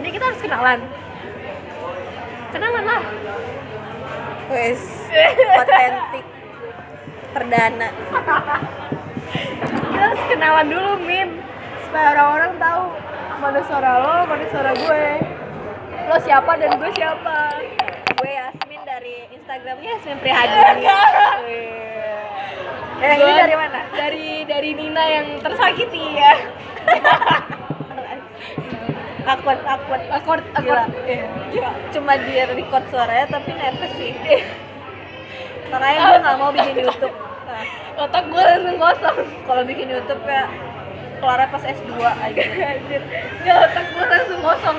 Jadi kita harus kenalan lah. Wes, otentik perdana. Kita harus kenalan dulu, Min, supaya orang-orang tahu mana suara lo, mana suara gue. Lo siapa dan gue siapa. Gue Yasmin dari Instagramnya Yasmin Prihadini. Ini dari mana? Dari Nina yang tersakiti ya. Akord. Gila. Cuma dia record suaranya tapi nervous sih. Makanya gue nggak mau bikin YouTube. Nah, Otak gue langsung kosong. kalau bikin YouTube kayak kelarnya pas S2 aja. Anjir. Ya otak gue langsung kosong.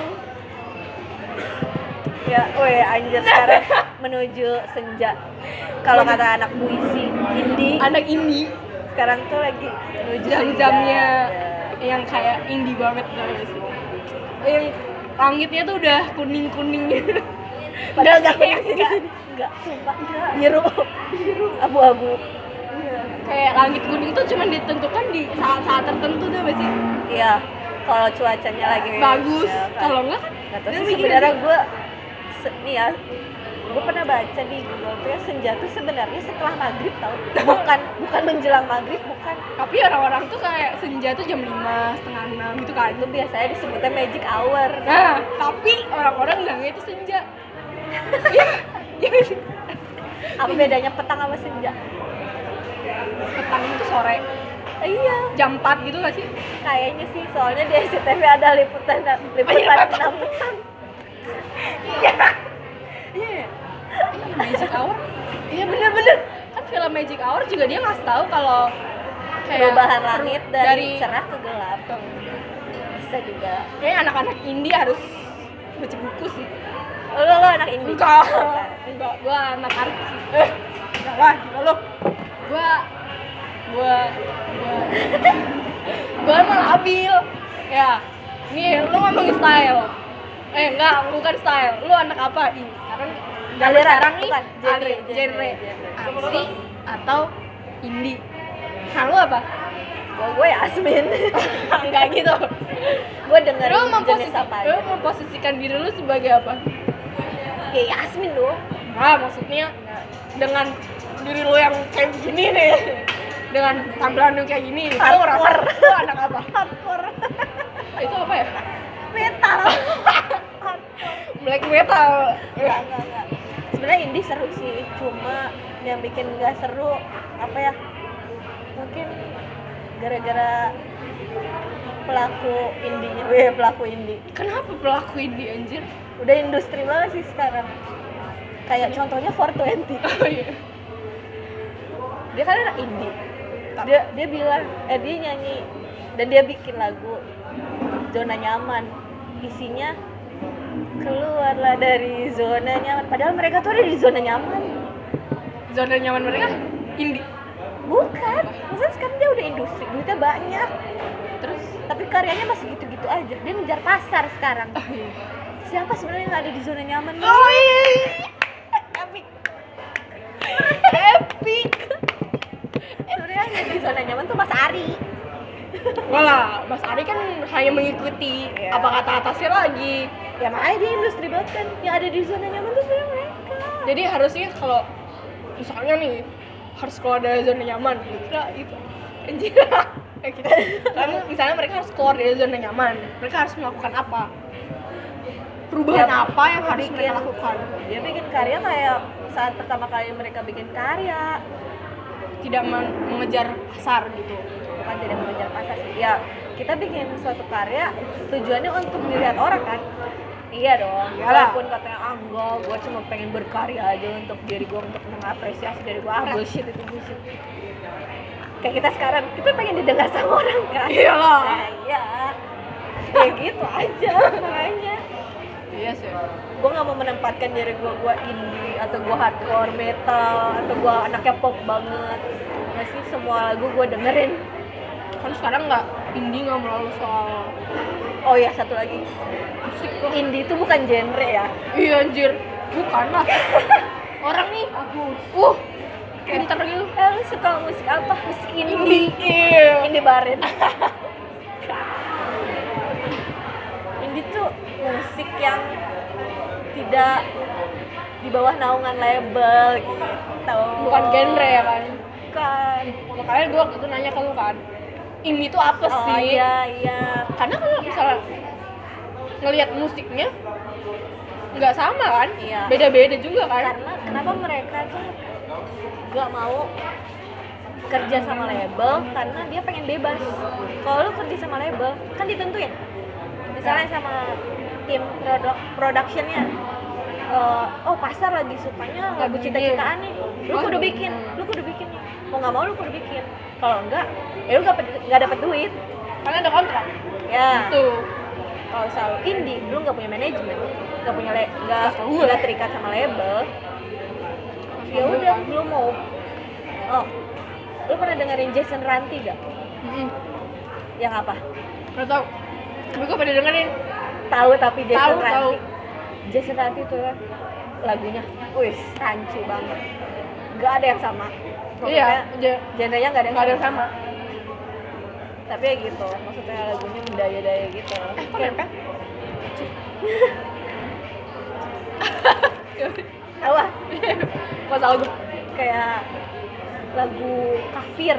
Ya, anjir sekarang menuju senja. Kalau kata anak puisi indie, Anak indie sekarang tuh lagi menuju jam-jamnya senja. yang kayak indie banget guys. Yang langitnya tuh udah kuning-kuning gitu. Padahal nggak kuning sih di sini. Enggak, sumpah. Biru. Abu-abu. Kayak langit kuning tuh cuma ditentukan di saat-saat tertentu tuh sih. Iya. Kalau cuacanya lagi Bagus. ya, kan. Kalau enggak kan Nggak tahu dia sih bikin sebenarnya gue nih ya, gue pernah baca di Google tuh ya, senja tuh sebenarnya setelah maghrib tau, bukan menjelang maghrib, bukan. tapi orang-orang tuh kayak senja tuh jam 5, setengah 6 gitu kan. Itu biasanya disebutnya magic hour. Nah, tapi orang-orang bilangnya itu senja. Iya. Apa bedanya petang sama senja? Petang itu sore, Iya, jam 4 gitu gak sih? kayaknya sih, soalnya di SCTV ada liputan 6 petang. Iya. Magic Hour. Iya bener-bener. Kan film Magic Hour juga dia ngasih tahu kalau kayak Perubahan langit dari cerah ke gelap. Bisa juga. Kayak anak-anak indie harus baca buku sih. Lo anak indie? Enggak, gua anak artis sih. Enggak lah, gila lu. Gua emang labil. Ya, nih lu ngomongin style. Enggak, bukan style. Lu anak apa? Ih, Aliran, sekarang nih bukan. genre. Artsy atau indie. Nah, lu apa? Gue Yasmin. Enggak gitu. Gue dengerin Lu jenis apa aja. memposisikan diri lu sebagai apa? Ya Yasmin dong. Nah, maksudnya dengan diri lu yang kayak begini nih, dengan tampilan lu kayak gini, lu ngerasa lu anak apa? Hardcore. Itu apa ya? Metal. Black metal. Enggak. Sebenarnya indie seru sih, cuma yang bikin gak seru apa ya? Mungkin gara-gara pelaku indie. Kenapa pelaku indie anjir? Udah industri banget sih sekarang. Kayak contohnya 420. Oh iya. Dia kan anak indie. Dia bilang, dia nyanyi dan dia bikin lagu Zona Nyaman. Isinya keluarlah dari zona nyaman. Padahal mereka tuh ada di zona nyaman. Zona nyaman mereka indie. Bukan. Maksudnya sekarang dia udah industri, duitnya banyak. Terus Tapi karyanya masih gitu-gitu aja. Dia ngejar pasar sekarang. oh iya. Siapa sebenarnya yang ada di zona nyaman? Oh iya. Epic. Epic. Sebenarnya yang di zona nyaman tuh Mas Ari. Walah, Mas Ari kan hanya mengikuti apa kata atasnya lagi. Ya makanya dia industri banget kan. Yang ada di zona nyaman tuh sebenarnya mereka. Jadi harusnya kalau misalnya nih harus keluar dari zona nyaman, kira itu anjir. Kayak gitu. Karena misalnya mereka harus keluar dari zona nyaman, mereka harus melakukan apa? Perubahan Ya, apa yang harus bikin- mereka lakukan? Dia bikin karya kayak saat pertama kali mereka bikin karya. Tidak mengejar pasar gitu. Bukan tidak mengejar pasar sih. Ya, kita bikin suatu karya tujuannya untuk dilihat orang kan. Iya dong. Iyalah. Walaupun katanya enggak, gue cuma pengen berkarya aja untuk diri gue, untuk mengapresiasi diri gue. Bullshit itu bullshit. Kayak kita sekarang, kita pengen didengar sama orang kan. Iyalah. Nah, iya. Ya gitu aja makanya. Iya sih. Gue nggak mau menempatkan diri gue indie atau gue hardcore metal atau gue anaknya pop banget. Nggak sih, semua lagu gue dengerin. Kan sekarang nggak indie nggak melulu soal Oh ya, satu lagi, musik kok. indie itu bukan genre ya. Iya anjir, bukan lah. Orang nih, pintar gitu. Lu suka musik apa? Musik indie. Iya. Indie baret. Indie tuh musik yang tidak di bawah naungan label gitu. Bukan genre ya kan? Bukan. Makanya gue waktu itu nanya ke lu kan, indie itu apa Oh sih? iya. Karena kalau misalnya ngelihat musiknya nggak sama kan? Iya. Beda-beda juga kan? Karena kenapa mereka tuh gak mau kerja sama label, karena dia pengen bebas. Kalau lu kerja sama label kan ditentuin, misalnya sama tim productionnya, oh pasar lagi sukanya lagu cinta-cintaan nih, lu kudu bikin nih, mau nggak mau lu kudu bikin, kalau enggak ya lu nggak dapet duit Karena ada kontrak. ya. Tuh. Kalau selalu indie lu nggak punya manajemen, nggak punya Setahu gue. nggak terikat sama label, ya udah lu mau. Oh, lu pernah dengerin Jason Ranti gak? Yang apa? Nggak tahu. Tapi gue pada dengerin. Tahu tapi Jason Tahu. Ranti. Jason Ranti itu lagunya, wih, rancu banget. Gak ada yang sama. Iya. Genrenya gak ada yang Nggak ada yang sama. Tapi ya gitu, maksudnya lagunya mendaya-daya gitu. Kok nempel? Apa? Masalah gue. Kayak lagu Kafir.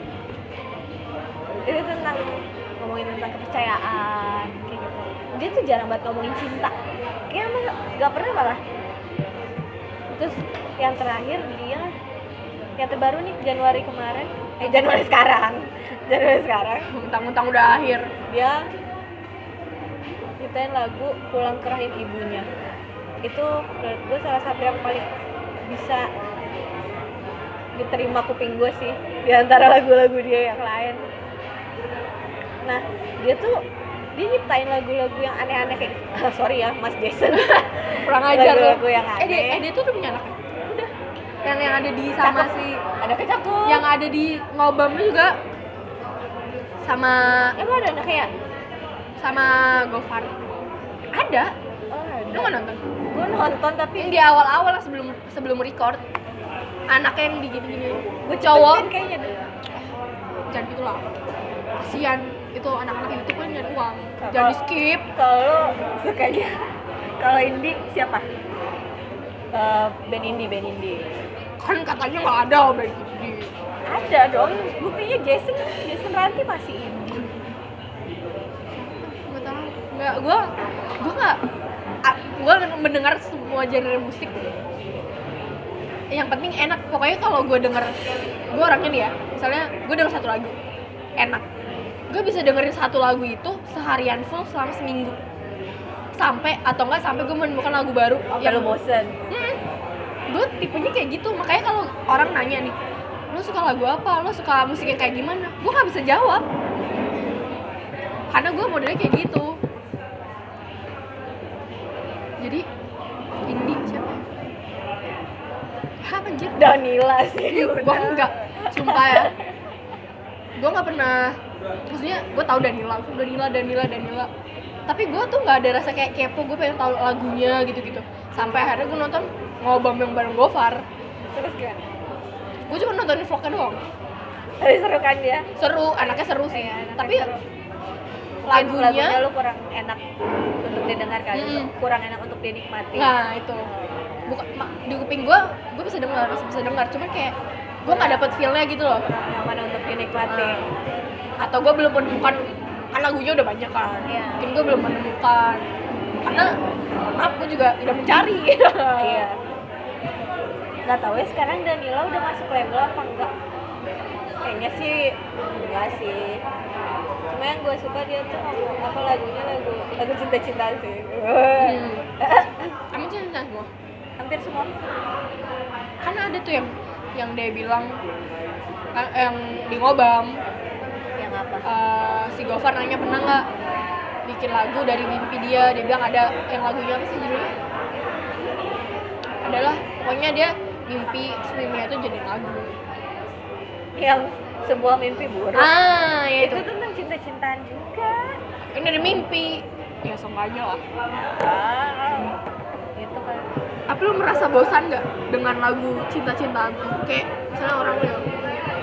Itu tentang ngomongin tentang kepercayaan kayak gitu. Dia tuh jarang banget ngomongin cinta. Kayaknya emang gak pernah malah. Terus yang terakhir dia yang terbaru nih Januari kemarin, Januari sekarang. Mentang-mentang udah akhir. Dia ciptain lagu Pulang ke Rahim Ibunya. Itu menurut gue salah satu yang paling bisa diterima kuping gue sih di antara lagu-lagu dia yang lain. Nah, dia nyiptain lagu-lagu yang aneh-aneh kayak sorry ya Mas Jason. Kurang ajar lo. Lagu-lagu yang aneh. Dia tuh udah punya anak. Udah. Yang ada di sama Cakep. si Ada kecakep. yang ada di ngobamnya juga sama Emang ada anaknya? sama Gofar. Ada. Oh, ada. Lu nggak nonton? Gue nonton tapi Yang di awal-awal lah sebelum record. Anaknya yang digini-gini. gue Cowok. kayaknya deh. Jangan gitu lah. Kasian itu anak-anak itu kan nyari uang. Kalau- Jangan di skip. Kalau sukanya kalau indie siapa? Band indie. Kan katanya nggak ada band ini. Ada dong, buktinya Jason Ranti masih indie. Nggak tahu. Nggak, gue mendengar semua genre musik. Yang penting enak. Pokoknya kalau gue denger, gue orangnya nih ya. Misalnya gue denger satu lagu, enak. Gue bisa dengerin satu lagu itu seharian full selama seminggu. Sampai gue menemukan lagu baru Yang lu bosen. Gue tipenya kayak gitu. Makanya kalau orang nanya nih, lo suka lagu apa? Lo suka musik yang kayak gimana? Gue gak bisa jawab. Karena gue modelnya kayak gitu. Jadi indie siapa? Apa anjir? Danila sih. Gue enggak, sumpah ya. Gue gak pernah, maksudnya gue tahu Danila. Tapi gue tuh gak ada rasa kayak kepo, gue pengen tahu lagunya gitu-gitu. Sampai akhirnya gue nonton Ngobam yang bareng Gofar. Terus kan? Gue cuma nontonin vlognya doang. Tapi seru kan dia? Seru, anaknya seru sih. Iya, anaknya Tapi seru. lagunya lu kurang enak untuk didengar kali, kurang enak untuk dinikmati. nah itu di kuping gue bisa dengar, cuman kayak gue nggak dapet feel-nya gitu loh. Yang mana untuk dinikmati? Atau gue belum menemukan, kan lagunya udah banyak kan. Iya. Mungkin gue belum menemukan, karena maaf gue juga tidak mencari. Iya. Nggak tahu ya sekarang Danila udah masuk label apa enggak? Kayaknya sih enggak sih. Cuma yang gue suka dia tuh apa lagunya lagu cinta-cintaan sih. Kamu cinta semua? Hampir semua. Kan ada tuh yang dia bilang yang di Ngobam, Yang apa? si Gofar nanya pernah nggak bikin lagu dari mimpi dia bilang ada, yang lagunya apa sih judulnya? Adalah pokoknya dia mimpinya itu jadi lagu. Yang sebuah mimpi buruk. Ya Itu tentang cinta-cintaan juga. Ini dari mimpi. Ya sama aja lah. Itu kan. Tapi lu merasa bosan nggak dengan lagu cinta-cintaan tuh? Kayak misalnya orang yang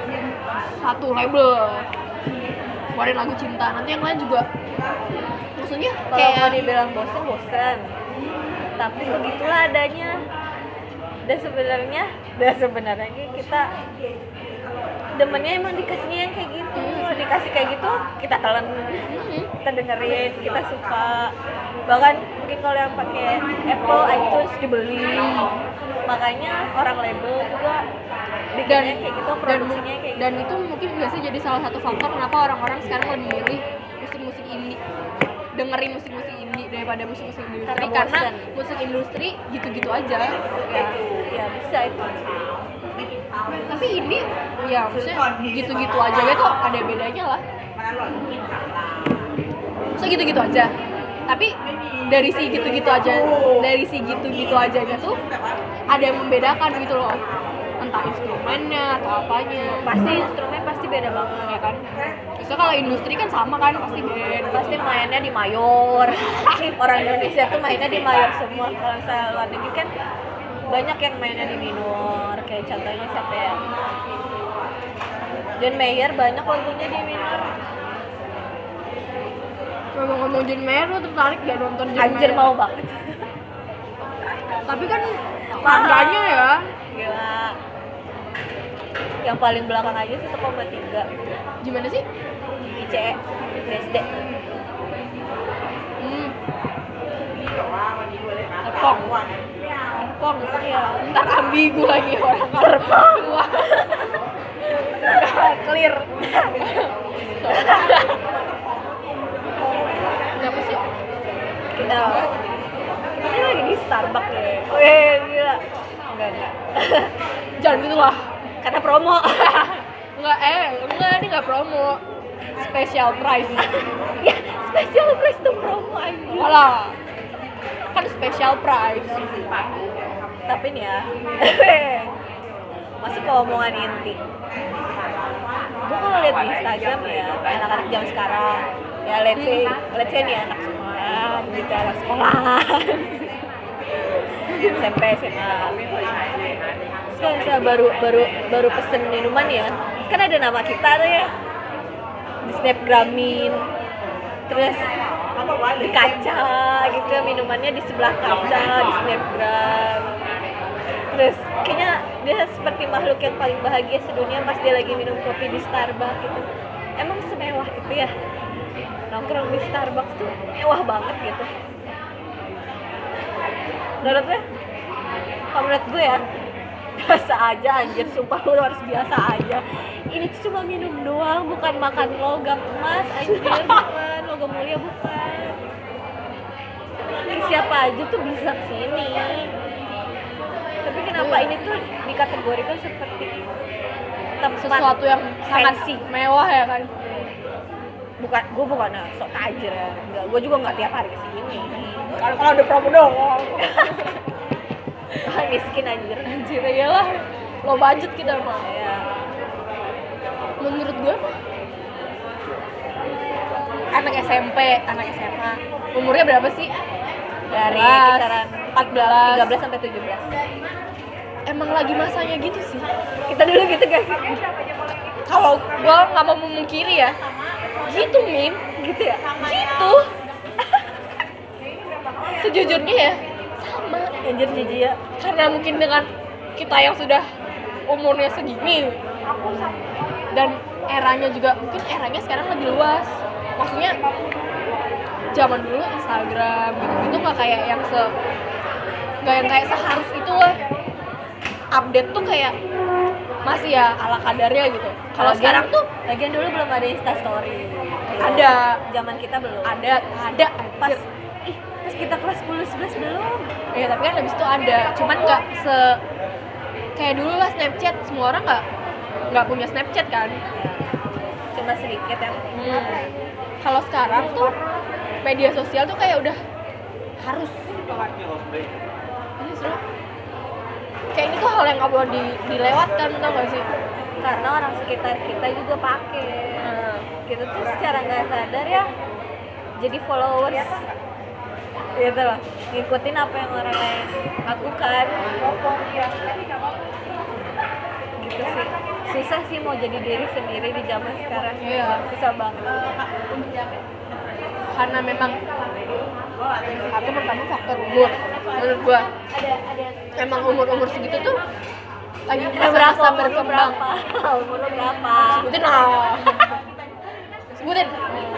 satu label keluarin lagu cinta, nanti yang lain juga, maksudnya maksudnya Kalau mau dibilang bosen, tapi begitulah adanya. Dan sebenarnya kita demennya emang dikasihnya yang kayak gitu, dikasih kayak gitu kita telan, kita dengerin, kita suka. Bahkan mungkin kalau yang pakai Apple iTunes dibeli, makanya orang label juga bikinnya kayak gitu, produksinya kayak gitu. Dan itu mungkin juga sih jadi salah satu faktor kenapa orang-orang sekarang lebih milih musik-musik indie, dengerin musik-musik indie daripada musik-musik industri, karena musik industri gitu-gitu aja. Ya bisa itu. Tapi indie ya maksudnya gitu-gitu aja gitu, ada bedanya lah. So gitu-gitu aja, tapi dari si gitu-gitu ajanya tuh ada yang membedakan gitu loh, entah instrumennya atau apanya. Pasti instrumen pasti beda banget Ya kan, misalnya kalau industri kan sama kan, pasti band, pasti mainnya di mayor. Orang Indonesia tuh mainnya di mayor semua. Kalau misalnya luar negeri kan banyak yang mainnya di minor, kayak contohnya siapa ya, John Mayer banyak lagunya di minor. ngomong-ngomong John Mayer, lo tertarik gak nonton John Anjir, Mayer? mau banget. Tapi kan harganya ya Gila. Yang paling belakang aja 1,3 gimana sih? ICE BSD. Serpong Iya. ntar ambigu lagi orang Serpong. udah clear. Kenapa sih? Kita ini lagi di Starbucks ya. Gila. Enggak. Jangan gitu lah. Karena promo. Enggak, ini enggak promo. Special price. Ya, special price tuh promo anjir. Walah. Kan special price. Tapi nih ya. Masuk ke omongan inti. Gue kalau lihat di Instagram ya, anak-anak zaman sekarang, ya let's say nih anak sekolah, gitu, anak sekolah. SMP, SMA. Terus saya baru pesen minuman ya. Kan ada nama kita tuh ya. Di snapgramin. Terus di kaca gitu, minumannya di sebelah kaca, di snapgram. Terus kayaknya dia seperti makhluk yang paling bahagia sedunia pas dia lagi minum kopi di Starbucks gitu. Emang semewah itu ya? Nongkrong di Starbucks tuh mewah banget gitu. Menurut gue? Kalau menurut gue ya, biasa aja anjir, sumpah lu harus biasa aja. Ini tuh cuma minum doang, bukan makan logam emas anjir, bukan logam mulia, bukan. Siapa aja tuh bisa kesini. Tapi kenapa ini tuh dikategorikan seperti tempat Sesuatu yang sangat fancy? mewah ya kan? Gue bukan sok tajir ya, enggak, gue juga nggak tiap hari kesini. Kalau ada promo doang. Miskin anjir. Anjir ya lah. Low budget kita mah. Ya. Menurut gue anak SMP, anak SMA, umurnya berapa sih? Dari 14, kisaran 13 sampai 17. Emang lagi masanya gitu sih. Kita dulu gitu gak sih? Kalau gue nggak mau memungkiri ya, gitu Min, Gitu ya? gitu. Sejujurnya ya, sama. Anjir jijik ya. Karena mungkin dengan kita yang sudah umurnya segini dan eranya juga, mungkin eranya sekarang lebih luas. Maksudnya zaman dulu Instagram gitu nggak kayak yang seharus itu lah. Update tuh kayak masih ya ala kadarnya gitu. Kalau sekarang tuh lagian dulu belum ada Instastory. ada, Zaman kita belum. ada Pas anjir. pas kita kelas 10 11 belum. Ya tapi kan habis itu ada, cuman nggak kayak dulu lah. Snapchat, semua orang nggak punya Snapchat kan. Cuma sedikit ya. Kalau sekarang tuh media sosial tuh kayak udah harus. Ini seru. Kayak ini tuh hal yang nggak boleh dilewatkan, tau gak sih? Karena orang sekitar kita juga pakai. Kita tuh secara nggak sadar ya jadi followers. Gitu loh, ngikutin apa yang orang lain lakukan. Gitu sih. Susah sih mau jadi diri sendiri di zaman sekarang. Iya. Susah banget. karena memang aku pertama faktor umur menurut gua memang umur segitu tuh lagi masa-masa berkembang. Umur lu berapa? Sebutin lah. Sebutin.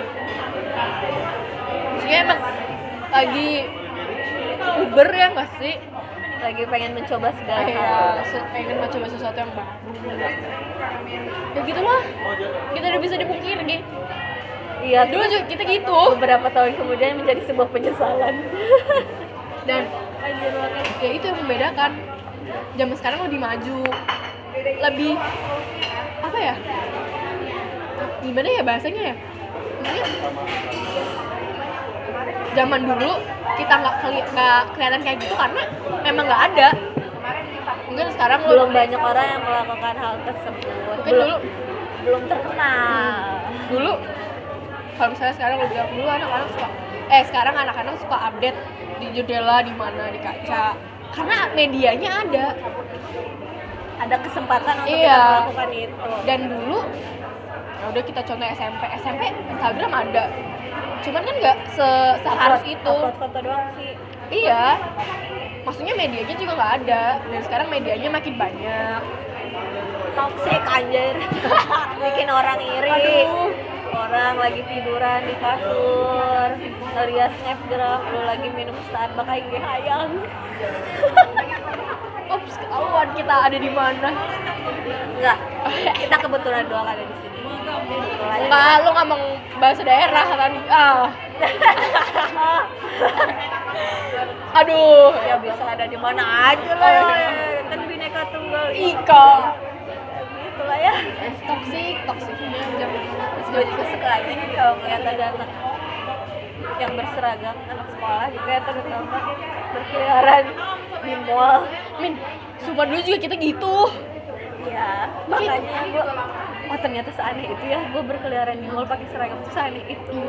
Maksudnya emang lagi Uber ya nggak sih? Lagi pengen mencoba segala hal. Iya, pengen mencoba sesuatu yang baru. Ya gitulah. Kita udah bisa dipungkiri nih. Iya, Dulu juga kita gitu. beberapa tahun kemudian menjadi sebuah penyesalan. Dan ya itu yang membedakan. Zaman sekarang lebih maju, lebih apa ya? Gimana ya bahasanya ya? Maksudnya, zaman dulu kita nggak kelihatan kayak gitu karena memang nggak ada. Mungkin sekarang Belum banyak orang yang melakukan hal tersebut. Mungkin Belum terkenal. dulu kalau misalnya sekarang lo bilang dulu sekarang anak-anak suka update di jendela di mana di kaca karena medianya Ada kesempatan untuk Iya. kita melakukan itu. dan dulu ya udah kita contoh SMP Instagram ada cuman kan nggak seharus itu. Upload foto doang sih. Iya, maksudnya medianya juga nggak ada dan sekarang medianya makin banyak. Toxic anjir. Bikin orang iri. Aduh. Orang lagi tiduran di kasur, ngeliat snapgram, lu lagi minum Starbucks kayak hayang. Ups, ketahuan kita ada di mana. Enggak, kita kebetulan doang ada di sini. Kebetulan. Enggak, lo ngomong bahasa daerah tadi. Aduh, Ya bisa ada di mana aja lah. Kan bineka tunggal Ika. Itulah ya. Toksik. Gue juga suka lagi kalau ngeliat ada anak yang berseragam, anak sekolah juga terutama berkeliaran di mall. Min, sumpah dulu juga kita gitu. Ya, makanya gue, oh ternyata seaneh itu ya, gue berkeliaran di mall pakai seragam tuh seaneh itu.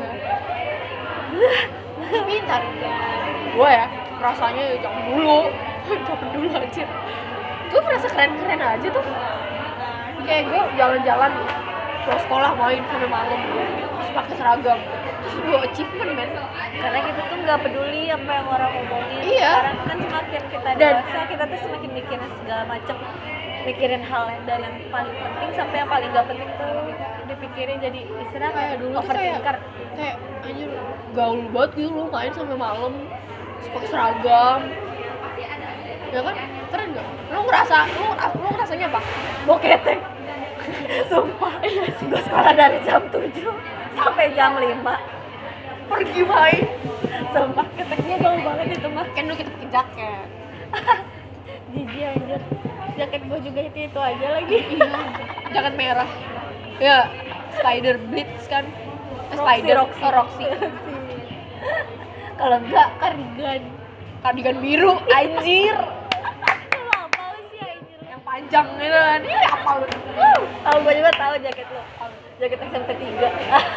Pintar. Gue ya, rasanya zaman dulu aja. Gue merasa keren aja tuh. Kayak gue jalan-jalan ke sekolah main sampai malam terus pakai seragam terus gue achievement men. Karena kita tuh nggak peduli apa yang orang omongin. Iya. Sekarang kan semakin kita dewasa, kita tuh semakin mikirin segala macam, mikirin hal yang dari yang paling penting sampai yang paling nggak penting tuh dipikirin. Jadi istilah Kayak dulu tuh overthinker. kayak anjir gaul banget gitu lu main sampai malam terus pakai seragam ya kan keren gak? Lu ngerasanya apa? Boketeng. Sumpah, gue sekolah dari jam 7 sampai jam 5. Pergi main. Sumpah, keteknya bau banget itu mah. Kan dulu kita pakai jaket. Jijik anjir. Jaket gue juga itu aja lagi. Iya, jaket merah. Ya, Spider Blitz kan. Roxy. Kalau enggak Kardigan biru, anjir. Kalau apa sih anjir? Yang panjang gitu kan. Ini apa lu? Tahu gue juga tahu jaket lo. Jaket SMP 3.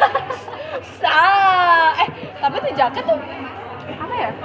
Tapi tuh jaket tuh apa ya?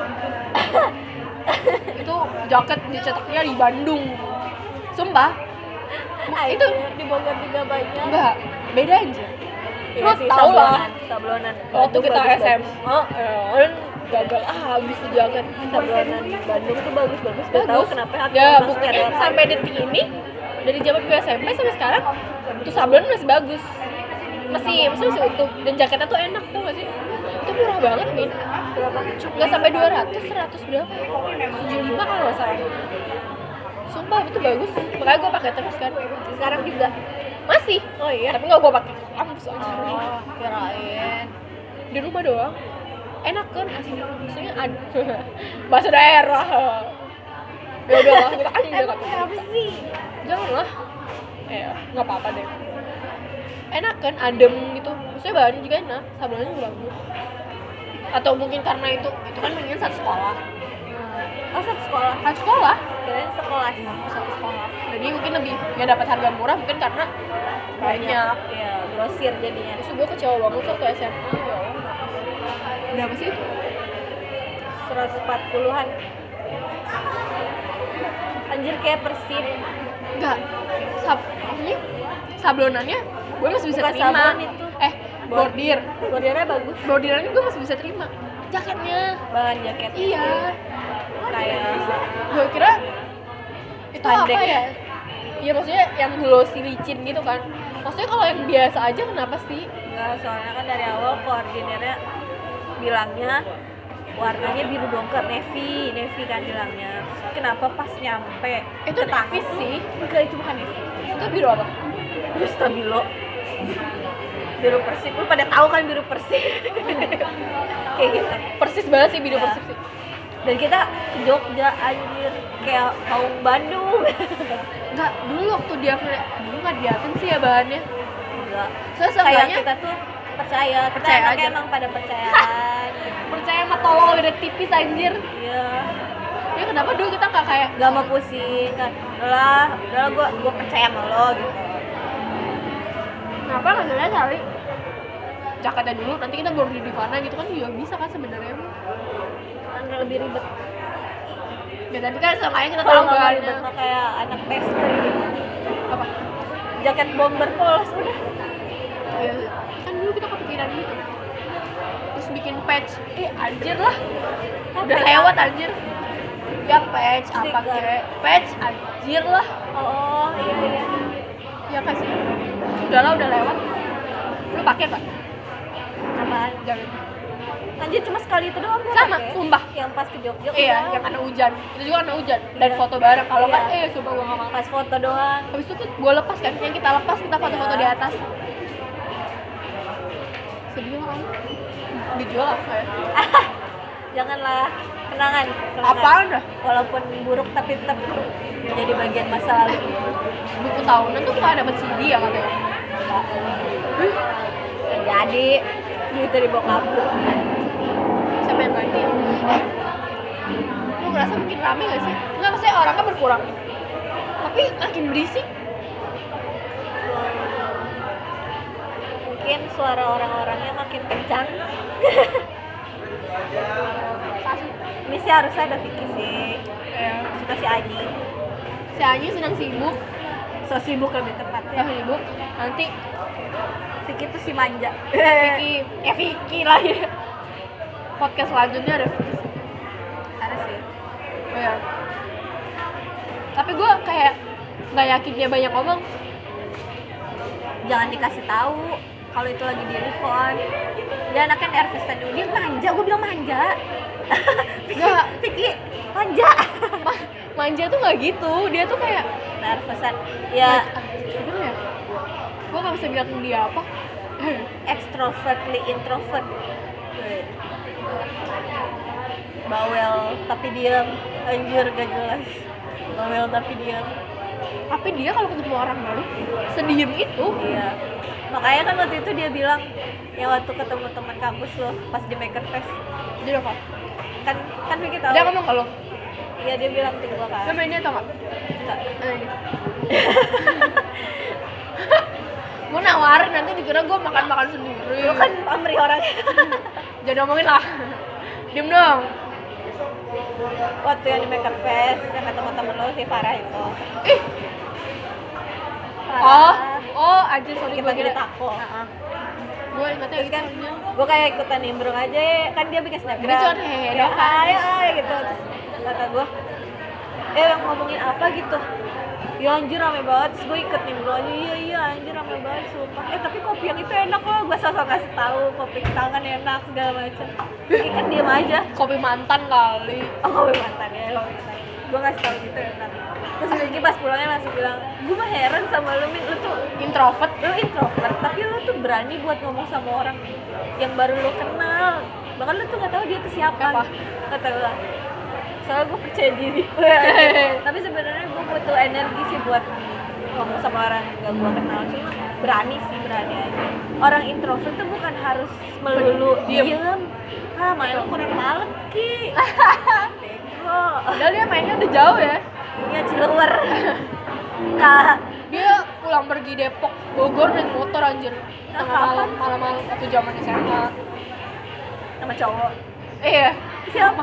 Itu jaket dicetaknya di Bandung. Sumpah. Itu di Bogor juga banyak. enggak, beda aja. Iya Lu sih, tau lah. sablonan. Waktu Bandung kita bagus-bagus. SMA, kan gagal habis tuh jaket. Sablonan Bandung tuh bagus-bagus. Gak tahu kenapa hati Ya, orang buktinya sekarang. sampai detik ini dari zaman gue SMP sampai sekarang tuh sablon masih bagus. Masih utuh dan jaketnya tuh enak tuh gak sih? Itu murah banget, Min. Berapa? Nggak sampai 200, 100 berapa? 75 kalau nggak salah. Sumpah itu bagus. Makanya gue pakai terus kan. Sekarang juga. Masih. Oh iya. Tapi nggak gue pakai kampus aja. Oh, kirain. Di rumah doang. Enak kan asli. Maksudnya ada bahasa daerah. Ya udahlah, kita kan udah nggak Apa sih? Janganlah. Nggak apa-apa deh. Enak kan, adem gitu. Maksudnya bahannya juga enak, sablonnya juga bagus. Atau mungkin karena itu kan mendingan satu sekolah. Oh, satu sekolah. Satu sekolah. Kirain sekolah. Satu sekolah. Jadi mungkin lebih ya dapat harga murah mungkin karena banyak. Iya, grosir jadinya. Terus gue kecewa banget waktu SMA. Ya Allah. Berapa sih itu? 140-an. Anjir kayak Persib. Enggak. Maksudnya sablonannya gue masih bisa Bukan terima. sablon itu. bordir. Bordirnya bagus. Bordirannya gue masih bisa terima. Jaketnya, Bahan jaket. iya. Kayak Gue kira itu Spandek. apa ya? Iya maksudnya yang glossy licin gitu kan. Maksudnya kalau yang biasa aja kenapa sih? enggak, soalnya kan dari awal koordinatornya bilangnya warnanya biru dongker, navy kan bilangnya. Terus kenapa pas nyampe Itu ke tangan navy tuh- sih. Enggak, itu bukan navy. Itu biru apa? Biru stabilo. Biru persik, lu pada tahu kan biru persik. Kayak gitu. Persis banget sih biru Ya. persis sih. Dan kita ke Jogja anjir, kayak kaum Bandung. Enggak, dulu waktu dia dulu nggak diliatin sih ya bahannya. Enggak. Saya Kayak seenggaknya kita tuh percaya Percaya anaknya aja. emang pada percayaan. percaya sama tolol udah tipis anjir. Iya. Ya kenapa dulu kita nggak kayak Gak mau pusing kan. Udahlah gue percaya sama lo gitu. kenapa nggak sebenarnya cari jaketnya dulu nanti kita bordir di mana gitu kan juga bisa kan sebenarnya. Kan lebih ribet. Ya tapi kan seenggaknya kita Kalau tahu nggak mau bahannya. ribet mah kayak anak pastry. Apa? Jaket bomber polos udah. Ya, kan dulu kita kepikiran gitu. Terus bikin patch, anjir lah. Udah lewat anjir. Ya patch apa Stiker. kek? Patch anjir lah. Oh iya. Ya kan sih. Udah lewat. Lu pakai nggak? Apaan? Jangan. Anjir cuma sekali itu doang gue Sama, pakai. sumpah. Yang pas ke Jogja. Iya, udah. yang karena hujan. Itu juga karena hujan. Dan Iya. foto bareng. Kalau Iya. kan, sumpah gue nggak mau. Pas foto doang. Habis itu tuh gue lepas kan, yang kita lepas kita foto-foto Iya. di atas. Sedih kan? Dijual apa ya? Janganlah, kenangan. Apaan dah? Walaupun buruk tapi tetap jadi bagian masa lalu. Buku tahunan tuh nggak dapet CD ya katanya. Nggak jadi gitu dibawa kabur. Siapa yang ganti? Lu ngerasa makin rame gak sih? Enggak, maksudnya orang kan berkurang. Tapi makin berisik. Mungkin suara orang-orangnya makin kencang. Ini sih harusnya ada Vicky sih. Ya. Suka si Aji. Si Anyi sedang sibuk. So sibuk lebih tepatnya. Sibuk. Nanti Vicky tuh si manja. Vicky lah ya. Podcast selanjutnya ada Vicky. Ada sih. Oh ya. Tapi gue kayak nggak yakin dia banyak ngomong. Jangan dikasih tahu kalau itu lagi di record. Dia anaknya nervous dulu. Dia manja, gue bilang manja. Nggak. Vicky manja. Manja tuh nggak gitu. Dia tuh kayak Nervousan. Ya gimana ya? Gue nggak bisa bilang dia apa. extrovertly introvert. Bawel tapi diam. Anjir gak jelas. Bawel tapi diam. Tapi dia kalau ketemu orang baru sediem itu. Iya. Makanya kan waktu itu dia bilang ya waktu ketemu teman kampus lo pas di Maker Fest. Dia apa? Kan Vicky tahu. Dia ngomong kalau Iya dia bilang ke gua kan. dia mainnya tau nggak? Enggak. Gue nawarin nanti dikira gue makan sendiri. Lu kan pamri orangnya. Jangan ngomongin lah. Diem dong. Waktu yang di Maker Fest yang ketemu temen lo si Farah itu. Ih. Oh, aja sorry Kita gue kira. beli taco. Gue ingetnya Terus kan gue kayak ikutan nimbrung aja ya. Kan dia bikin snapgram. Dia cuma hehe Ya, doang kan. ay gitu. Terus kata gue yang ngomongin apa gitu. Ya anjir rame banget. Terus gue ikut nimbrung aja. Iya anjir rame banget sumpah. Tapi kopi yang itu enak loh. Gue sosok ngasih tahu kopi tangan enak segala macam. Vicky kan diem aja. kopi mantan kali. Oh kopi mantan ya kopi mantan. Gue ngasih tahu gitu enak. Terus Vicky pas pulangnya langsung bilang, gue mah heran sama lu Min, lu tuh Introvert. lu introvert, tapi lu tuh berani buat ngomong sama orang yang baru lu kenal. Bahkan lu tuh nggak tahu dia tuh siapa. Siapa? Kata gue. Soalnya gue percaya diri. Tapi sebenarnya gue butuh energi sih buat ngomong sama orang yang gak gue kenal. Cuma berani aja. Orang introvert tuh bukan harus melulu diem. Main lu kurang malam Ki. Bego. Padahal dia mainnya udah jauh ya. Iya Cilewer. Kak. Dia pulang pergi Depok, Bogor naik motor anjir. Tengah malam waktu zaman SMA. Sama cowok. Iya. Siapa?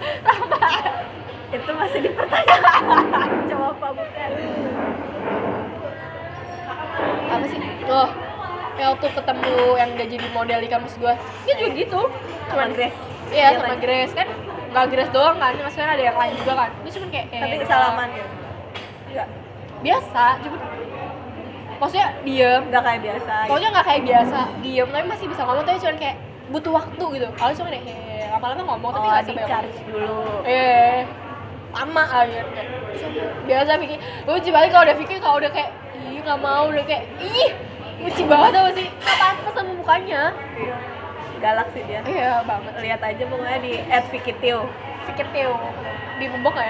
Itu masih dipertanyakan. Cowok apa bukan? Apa sih? Oh, yang waktu ketemu yang dia jadi model di kampus gue, dia juga gitu. Sama Grace. Iya, Dia sama banyak. Grace kan. Nggak Grace doang kan, maksudnya ada yang lain juga kan. Dia cuma kayak Tapi doang. salaman ya. Enggak, Biasa, cuma maksudnya diem. enggak kayak biasa. Pokoknya nggak kayak biasa, diem tapi masih bisa ngomong, tapi cuma kayak butuh waktu gitu. Kalau cuma kayak lama-lama ngomong tapi nggak di sampai charge dulu. lama aja kayak biasa Vicky. Lucu banget kalau udah Vicky, kalau udah kayak ih nggak mau, udah kayak ih lucu banget tau sih, nggak pantas sama mukanya. Iya. Galak sih dia. Iya banget. Lihat aja pokoknya di @vikitio. Vicky Teo digembok nggak ya?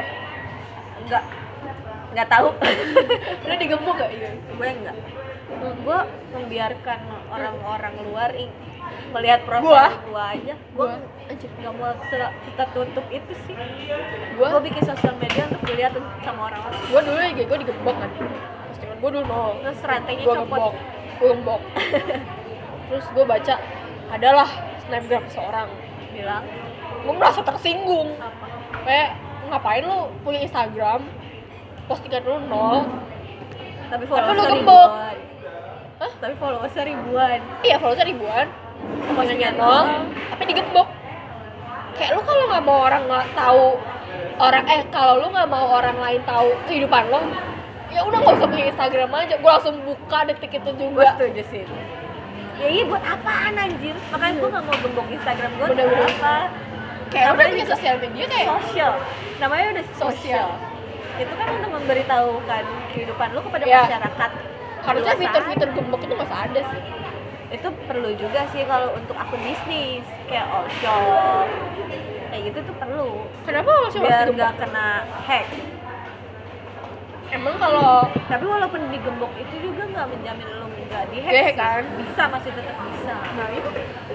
Enggak tahu. Udah digembok nggak? Iya. Gue enggak. Gue membiarkan orang-orang luar melihat Gua? profil gue aja. Gue Anjir. nggak mau tertutup itu sih. Gua Gue bikin sosial media untuk dilihat sama orang-orang. dulu ya gue digembok kan. Postingan gue dulu nol. Terus rantainya Gue copot. gembok. Terus gue baca adalah snapgram seorang, Bilang gue merasa tersinggung. apa? Kayak ngapain lu punya Instagram, postingan lu nol, Tapi lu followersnya gembok. ribuan. Hah? Tapi followersnya ribuan. Iya followersnya ribuan, postingannya Postingan nol, nol. tapi digembok. Kayak lu kalau nggak mau orang nggak tahu kalau lu nggak mau orang lain tahu kehidupan lo, ya udah nggak usah punya Instagram aja. Gue langsung buka detik itu Gue juga. setuju sih itu. Ya iya buat apaan anjir? Makanya gue gak mau gembok Instagram gue. Bener-bener. Apa? Kayak udah Namanya punya juga sosial media kayak sosial. Namanya udah Sosial. sosial. Itu kan untuk memberitahukan kehidupan lu kepada Iya. masyarakat. harusnya luas fitur-fitur sana. gembok itu nggak usah ada sih. Itu perlu juga sih kalau untuk akun bisnis kayak all shop. Kayak gitu tuh perlu. Kenapa harusnya harus Biar digembok? nggak kena hack. Emang kalau Tapi walaupun digembok itu juga nggak menjamin lu nggak dihack Iya sih. kan? Bisa, masih tetap bisa. nah itu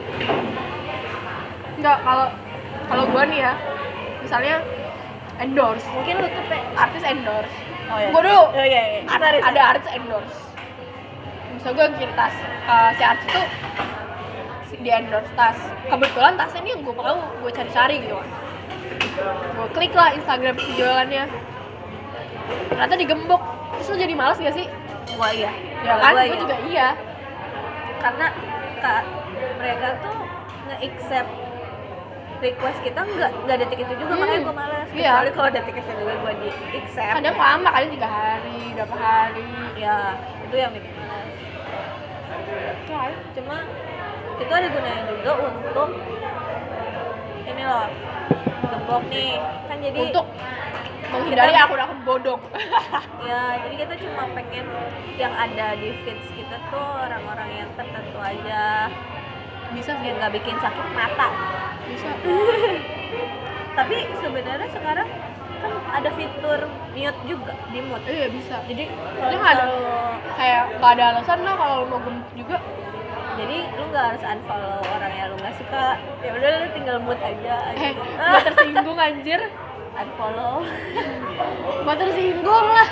nggak, kalau gue nih ya, misalnya endorse, Mungkin lu tuh artis endorse. oh ya. Gue dulu Oh iya, iya. Sorry, ada artis endorse. Misal gue kirim tas, si artis tuh di endorse tas. Kebetulan tasnya ini yang gue mau, gue cari-cari gitu kan. Gue klik lah Instagram penjualannya. Ternyata digembok. Terus lu jadi malas gak sih? Gua iya. Ya kan? Gua Gue iya. juga iya. Karena mereka tuh nge-accept request kita nggak detik itu juga, makanya gue malas. Iya. Kecuali kalau detik itu juga gue di-accept. Kadang lama, kadang 3 hari, berapa hari. Ya, itu yang bikin malas. Kan? Cuma itu ada gunanya juga untuk ini loh, gembok nih. Kan jadi Untuk menghindari akun-akun bodong. ya, jadi kita cuma pengen yang ada di feeds kita tuh orang-orang yang tertentu aja, Bisa sih, yang nggak bikin sakit mata. bisa. Tapi sebenarnya sekarang kan ada fitur mute juga di mute. Iya bisa. Jadi Jadi nggak ada kayak nggak ada alasan lah kalau lo mau gembok juga. jadi lu nggak harus unfollow orang yang lu nggak suka. Ya udah lu tinggal mute aja. Gue tersinggung anjir. Unfollow. Gue tersinggung lah.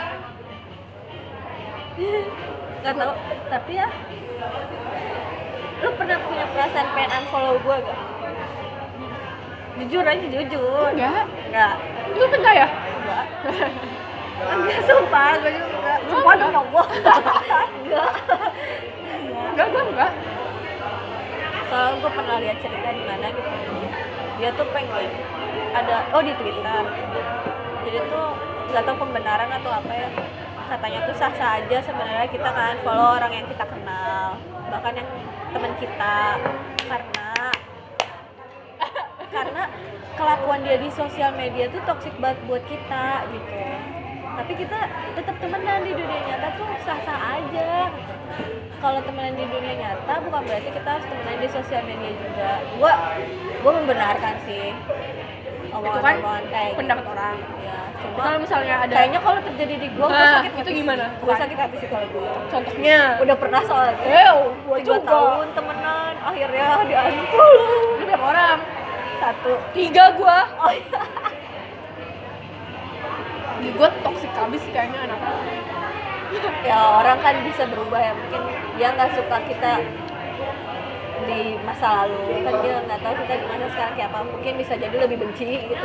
Nggak tahu. Tapi ya, lu pernah punya perasaan pengen unfollow gue gak? Jujur aja, jujur. Enggak. Enggak. Itu enggak ya? Enggak. Enggak, sumpah, gue juga enggak. Sumpah demi Allah. Enggak. Enggak, gue enggak. Soalnya gue pernah lihat cerita di mana gitu. Dia tuh pengen ada di Twitter. Jadi tuh nggak tahu pembenaran atau apa ya. Katanya tuh sah-sah aja sebenarnya kita kan follow orang yang kita kenal, bahkan yang teman kita, karena kelakuan dia di sosial media tuh toksik banget buat kita gitu. Tapi kita tetap temenan di dunia nyata tuh sah-sah aja gitu. Kalau temenan di dunia nyata bukan berarti kita harus temenan di sosial media juga. Gua membenarkan sih Itu kan omongan-omongan kayak pendapat gitu. orang. Ya, Kalau cuma misalnya ada kayaknya kalau terjadi di gua sakit itu hati gimana? sih. Gua sakit hati sih kalau gua. Contohnya Udah pernah soalnya. gue 3 juga. tahun temenan, akhirnya di unfollow. Lu berapa orang? 1. 3 gue. Oh iya. Gue toksik habis sih kayaknya anak. Ya orang kan bisa berubah ya, mungkin dia nggak suka kita di masa lalu, kan dia nggak tahu kita gimana sekarang kayak apa, mungkin bisa jadi lebih benci gitu.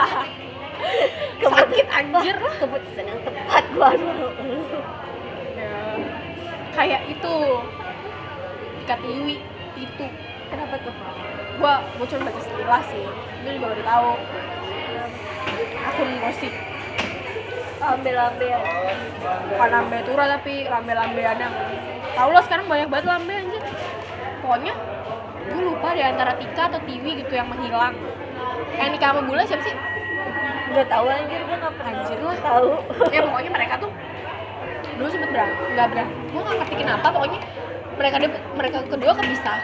Sakit anjir. Keputusan yang tepat gua dulu. Ya. Kayak itu Tika Tiwi itu. Kenapa tuh? Gua cuma baca sekilas sih, itu juga baru tahu akun gosip. Lambe-lambean. Bukan lambe tura tapi lambe-lambean yang tau lo sekarang banyak banget lambe anjir. Pokoknya gue lupa di antara Tika atau Tiwi gitu yang menghilang. Yang nikah sama bule siapa sih? Gak tahu anjir, gue nggak pernah Anjir lah. tahu. Ya pokoknya mereka tuh dulu sempet berantem. Gue nggak ngerti kenapa, pokoknya mereka kedua kepisah.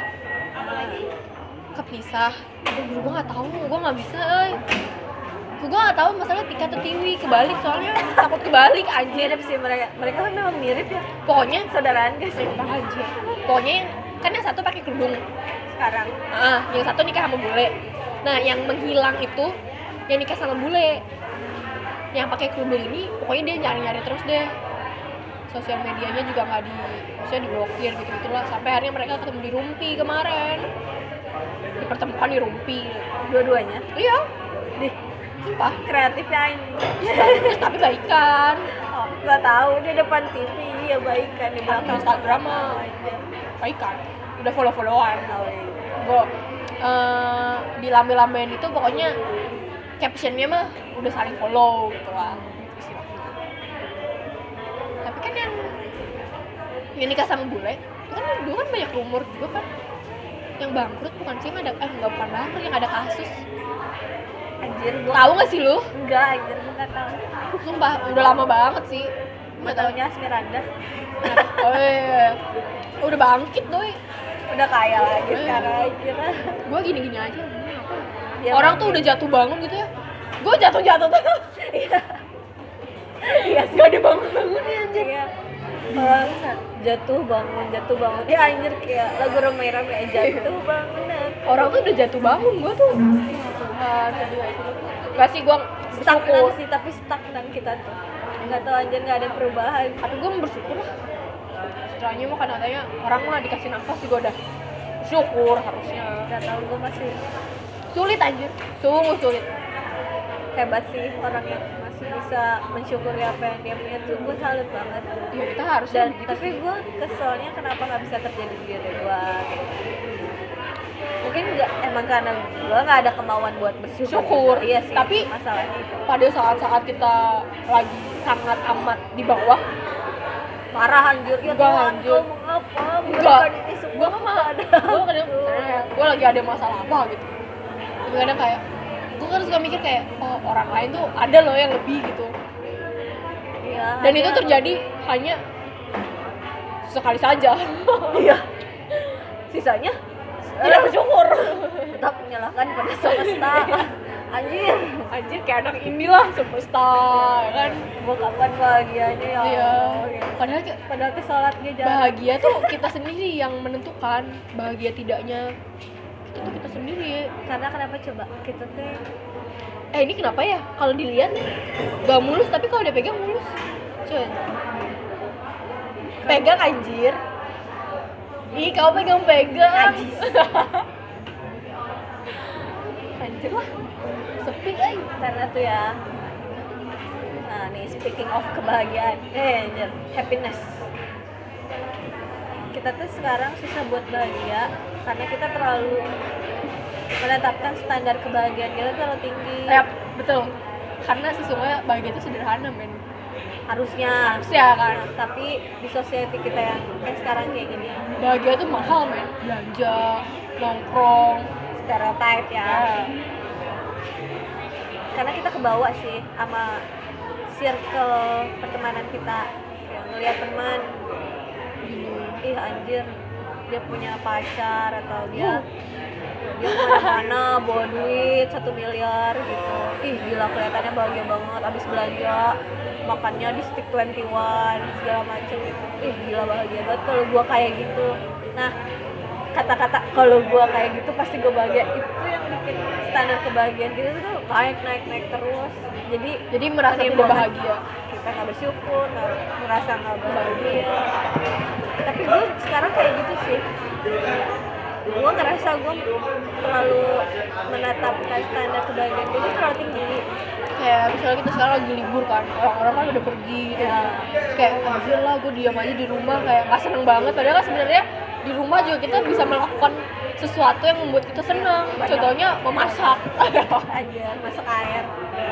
Aduh, gue nggak tahu, gue nggak bisa. Gue nggak tahu masalah Tika atau Tiwi, kebalik soalnya takut kebalik anjir. Mirip sih mereka kan memang mirip ya. Pokoknya Saudaraan gak sih? aja. Pokoknya kan yang satu pakai kerudung. Sekarang Yang satu nikah sama bule. Nah, yang menghilang itu yang nikah sama bule. Yang pakai kerudung ini pokoknya dia nyari-nyari terus deh. Sosial medianya juga nggak maksudnya diblokir gitu-gitulah sampai akhirnya mereka ketemu di Rumpi kemarin. Dipertemukan di Rumpi. dua-duanya. Iya, Dih, sumpah. kreatifnya ini. Terus tapi baikan. Oh, gak tahu di depan TV ya baikan, di belakang Instagram mah aja. Baikan. Udah follow-followan. Oh, iya. Gue di lambe-lambean itu pokoknya captionnya mah udah saling follow gitu lah istilahnya. Tapi kan yang nikah sama bule itu kan dulu kan banyak rumor juga kan yang bangkrut bukan sih yang ada nggak bukan bangkrut yang ada kasus. Anjir, gua Tahu nggak sih lu? enggak, anjir gua enggak tahu. Sumpah udah lama banget sih. Gua taunya Asmiranda Oh iya. Udah bangkit doi. udah kaya lagi sekarang anjir. Gue gini-gini aja. Dia Orang bangkit. tuh udah jatuh bangun gitu ya. Gue jatuh-jatuh terus. Iya sih, Gak dibangun-bangun ya anjir. iya. Orang jatuh bangun. Ya anjir kayak lagu ramai-ramai jatuh bangun. Orang tuh udah jatuh bangun, gue tuh gak sih, gue Stagnan bersyukur. sih, tapi stagnan kita tuh. Enggak tahu anjir, enggak ada perubahan. Tapi gue bersyukur lah. Istilahnya mah kan katanya orang mah dikasih nafas juga udah syukur harusnya. Enggak tahu, gue masih Sulit anjir, sungguh sulit. hebat sih orang yang masih bisa mensyukuri apa yang dia punya tuh, gue salut banget. Ya kita harus Dan gitu tapi sih. gue keselnya kenapa nggak bisa terjadi di diri gue gitu. Mungkin nggak, emang karena gue nggak ada kemauan buat bersyukur Syukur. juga. Iya sih, Tapi masalahnya itu pada saat-saat kita lagi sangat amat di bawah, marah anjir ya Enggak, Tuhan anjir. kau mengapa enggak, memberikan ini semua gue mah gue lagi ada masalah apa gitu. Tapi kadang kayak gue kan suka mikir kayak oh orang lain tuh ada loh yang lebih gitu. Iya, Dan ada. itu terjadi hanya sekali saja. Iya, sisanya Tidak bersyukur. tetap menyalahkan pada semesta. Anjir Kayak anak indie lah semesta, ya kan. gue kapan bahagianya ya Iya. Allah, gitu. Padahal tuh sholatnya jarang. Bahagia tuh kita sendiri yang menentukan bahagia tidaknya. Itu tuh kita sendiri. Karena kenapa coba kita tuh Ini kenapa ya? Kalau dilihat gak mulus, tapi kalau dipegang mulus. Coba. Pegang anjir. Ih, kau pegang-pegang. Najis. Anjir lah. Sepi aja. karena tuh ya. Nah nih, speaking of kebahagiaan, anjir, happiness. Kita tuh sekarang susah buat bahagia karena kita terlalu menetapkan standar kebahagiaan kita terlalu tinggi. Ya, betul. Karena sesungguhnya bahagia itu sederhana, men. Harusnya kan. Nah, tapi di society kita yang sekarang kayak gini, Bahagia itu mahal, men. Belanja, nongkrong, stereotype ya. Karena kita kebawa sih sama circle pertemanan kita, kayak ngeliat teman, ih anjir dia punya pacar atau dia kemana-mana bawa duit 1 miliar gitu, ih gila kelihatannya bahagia banget, abis belanja makannya di stick 21 segala macem gitu, ih gila bahagia banget kalau gua kayak gitu. Nah kata-kata kalau gua kayak gitu pasti gua bahagia, itu yang bikin standar kebahagiaan kita tuh naik terus, jadi merasa tidak menimbulkan bahagia. kita nggak bersyukur, merasa nggak bahagia. Tapi gue sekarang kayak gitu sih, gue ngerasa gue terlalu menetapkan standar kebahagiaan gue tuh terlalu tinggi. Kayak misalnya kita sekarang lagi libur kan, orang-orang kan udah pergi gitu. Ya. Terus kayak anjir lah, gue diam aja di rumah kayak nggak seneng banget. Padahal kan sebenarnya di rumah juga kita bisa melakukan sesuatu yang membuat kita senang. Contohnya memasak. aja masuk air.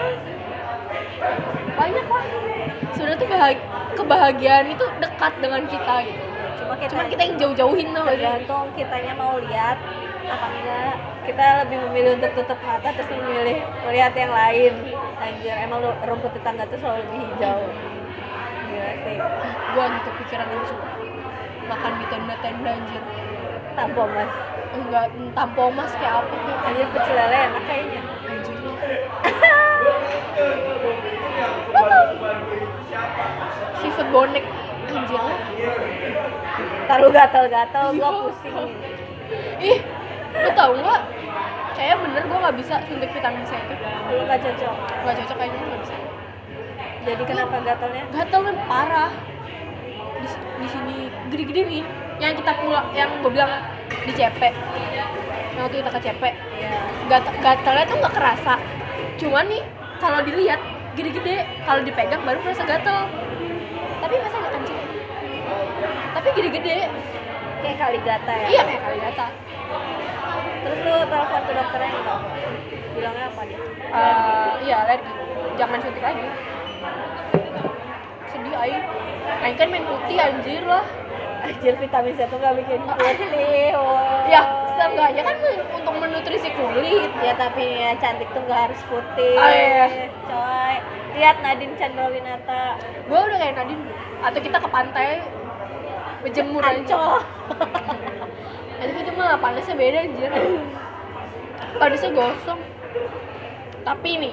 Banyak lah. Sebenarnya tuh kebahagiaan itu dekat dengan kita gitu. Cuman kita yang jauh-jauhin loh. Tergantung kitanya mau lihat apa enggak. Kita lebih memilih untuk tutup mata terus memilih melihat yang lain. Anjir, emang rumput tetangga tuh selalu lebih hijau. Gila sih. Gua gitu pikiran itu makan di tenda-tenda anjir. Tampo mas. Enggak, tampo mas kayak apa kayak Anjir pecel lele enak kayaknya. anjir. Seafood bonek anjir lah. Taruh gatal-gatal gua pusing. Ih, lu tau nggak? Kayaknya bener gue nggak bisa suntik vitamin C itu. Lu nggak cocok. Nggak cocok kayaknya, nggak bisa. Jadi kenapa gatalnya? Gatel kan parah. Di sini gede-gede nih. Yang kita pulang, yang gue bilang di CP. Yang waktu kita ke CP. Iya. Gatelnya tuh nggak kerasa. Cuman nih kalau dilihat gede-gede, kalau dipegang baru kerasa gatel. Tapi masa nggak anjir? Tapi gede-gede. Kayak kali gata ya? Iya kayak kali data. Terus lu telepon ke dokternya enggak? Bilangnya apa dia? Iya alergi. Jangan suntik lagi. Sedih aing kan main putih anjir lah. Anjir vitamin C tuh gak bikin putih. Wow. Ya, seenggaknya kan untuk menutrisi kulit. Ya tapi ya cantik tuh gak harus putih. Oh, iya. Coy, lihat Nadine Chandrawinata. Gue udah kayak Nadine. Atau kita ke pantai berjemur Ancol. Nanti kita mah panasnya beda anjir. Panasnya gosong. Tapi nih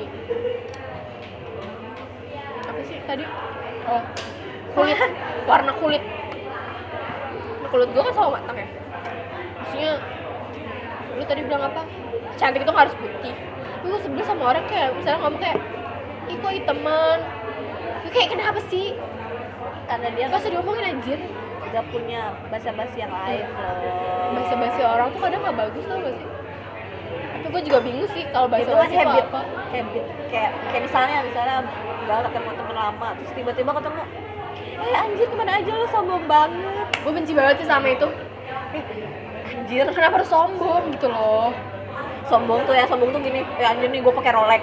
apa sih tadi? Oh, kulit. Warna kulit. Kulit gue kan selalu matang ya. Maksudnya lu tadi bilang apa? Cantik itu harus putih. Gue sebel sama orang kayak misalnya ngomong kayak ih kok hiteman. Gue kayak kenapa sih? Karena dia Gak usah diomongin anjir. gak punya basa-basi yang lain loh. Basa-basi orang tuh kadang gak bagus tau gak sih? Tapi gue juga bingung sih kalau Itu kan basa-basi itu habit. apa. Habit. Kayak misalnya gak ketemu temen lama terus tiba-tiba ketemu anjir kemana aja lu sombong banget. Gue benci banget sih sama itu. Anjir Kenapa harus sombong gitu loh? sombong tuh gini anjir nih gue pakai Rolex.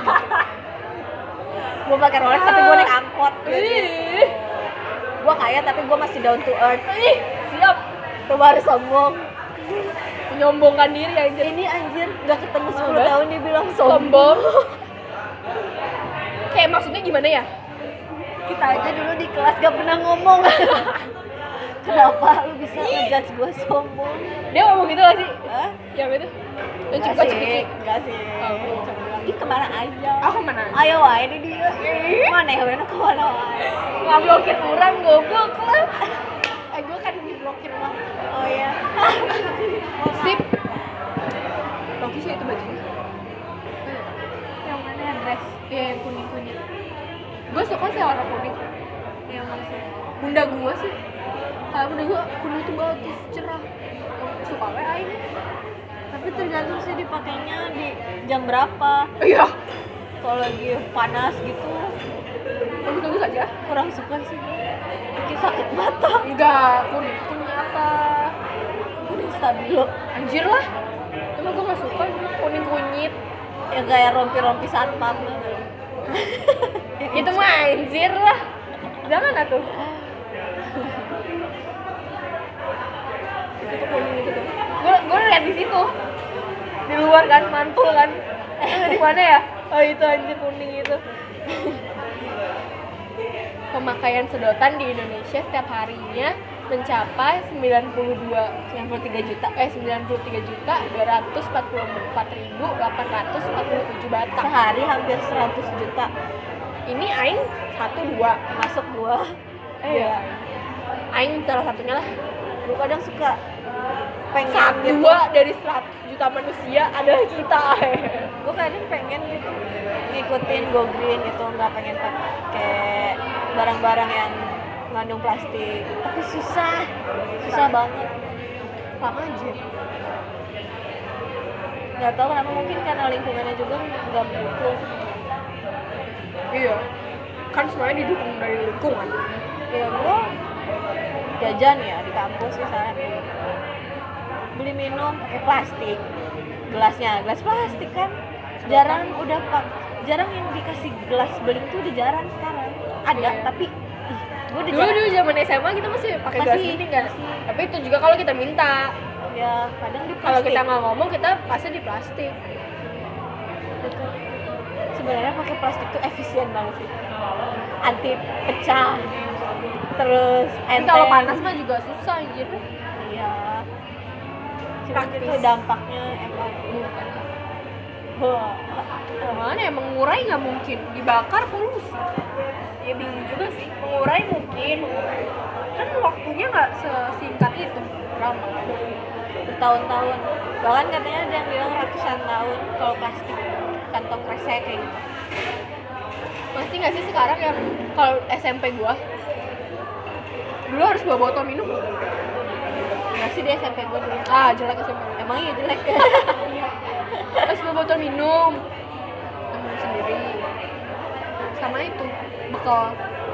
Gue pakai Rolex tapi gue naik angkot gitu. Ih, Gue kaya tapi gue masih down to earth. ih, siap. Tuh baru sombong. Menyombongkan diri anjir. Ini anjir gak ketemu 10 Udah. tahun dia bilang sombong. Sombong. Kayak maksudnya gimana ya? Kita aja dulu di kelas gak pernah ngomong. Kenapa lu bisa ngejudge gue sombong? Dia ngomong gitu gak sih? Hah? Yang itu? Yang Enggak cukup sih, enggak sih. Oh. Ih kemana aja? Aku mana? Ayo wae di dia. Mana ya bener kemana wae? Nggak blokir orang goblok lah. Gue kan diblokir mah. Oh iya. Sip. Bagus sih itu bajunya. Yang mana yang dress? Iya yang kuning kuning. Gue suka sih warna kuning. Yang mana sih? Bunda gue sih. Kayak bunda gue kuning itu bagus cerah. Suka we aing. Tapi tergantung sih dipakainya di jam berapa. Iya. Kalau lagi panas gitu Bagus-bagus aja. kurang suka sih. Bikin sakit mata. Enggak, kuning apa? Udah stabilo. Anjir lah. Cuma gue gak suka kuning kunyit. Yang kayak rompi-rompi satpam. Itu mah anjir lah. Jangan atuh. Itu tuh kuning itu tuh. Gue lihat di situ. Di luar kan mantul kan. Di mana ya? Oh itu anjir kuning itu. Pemakaian sedotan di Indonesia setiap harinya mencapai 93 juta. 93.244.847 batang. Sehari hampir 100 juta. Ini aing 1 2 Masuk gua. Iya. Aing salah satunya lah. Gua kadang suka pengen 1 gitu. 2 dari 100 juta manusia adalah kita. Gue kadang pengen gitu ngikutin Go Green gitu, nggak pengen pakai barang-barang yang mengandung plastik, tapi susah banget. Lama aja. Nggak tahu kenapa, mungkin karena lingkungannya juga nggak mendukung. Iya. Kan semuanya didukung dari lingkungan. Ya gue jajan ya di kampus misalnya beli minum pakai plastik, gelasnya gelas plastik kan. Jarang yang dikasih gelas beling tuh udah jarang sekarang. Ada Iya. tapi gue udah Dulu zaman SMA kita masih pakai gelas Masih, ini kan. masih. Tapi itu juga kalau kita minta. ya kadang di Kalau plastik. kita nggak ngomong kita pasti di plastik. Betul. Sebenarnya pakai plastik tuh efisien banget sih, anti pecah, terus Tapi enteng. kalau panas mah juga susah anjir. Iya, cuma Praktis. itu dampaknya emang wah, Mana emang mengurai nggak mungkin, dibakar polusi. Ya bingung juga sih, mengurai mungkin, kan waktunya nggak sesingkat itu, lama. bertahun-tahun, bahkan katanya ada yang bilang ratusan tahun kalau plastik kantong kresek kayak gitu. Masih nggak sih sekarang yang kalau SMP gua dulu harus bawa botol minum? Nggak sih di SMP gue dulu, Jelek SMP. emang iya jelek. Harus bawa botol minum sendiri, sama itu bekal.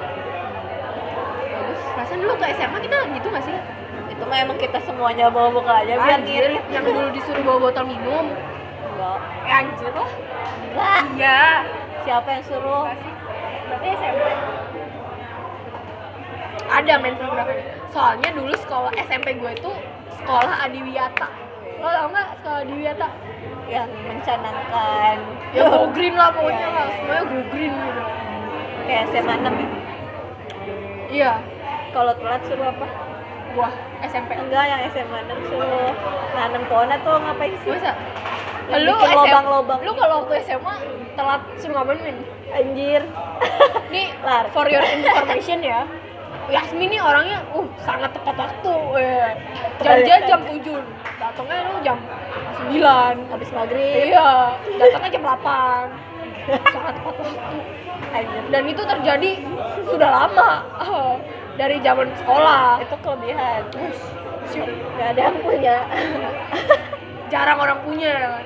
Bagus, Perasaan dulu ke SMA kita gitu nggak sih? itu mah emang kita semuanya bawa bekal aja biar Anjir, ngirit. yang dulu disuruh bawa botol minum. Enggak, Anjir lah. enggak, Iya. siapa yang suruh? Berarti SMP. Ada main programnya. Soalnya dulu sekolah SMP gue itu sekolah Adiwiyata. Lo tau nggak sekolah Adiwiyata? Yang mencanangkan Ya go green lah pokoknya Iya, lah. iya. Semuanya go green gitu. kayak SMA 6 ya. Iya. Kalau telat suruh apa? Gua SMP. Enggak, yang SMA 6 suruh nanam pohon atau ngapain sih? Masa? Yang Lu bikin lobang-lobang. Lu kalau waktu SMA telat suruh ngapain, Min? Anjir. Nih, Lari. for your information ya. Yasmin nih orangnya sangat tepat waktu. Janjian jam 7. Datangnya lu jam 9. Habis maghrib. Iya, datangnya jam 8. Sangat tepat waktu. Anjir. Dan itu terjadi sudah lama. Dari zaman sekolah. Itu kelebihan. Syuk. Gak ada yang punya. Jarang orang punya kan.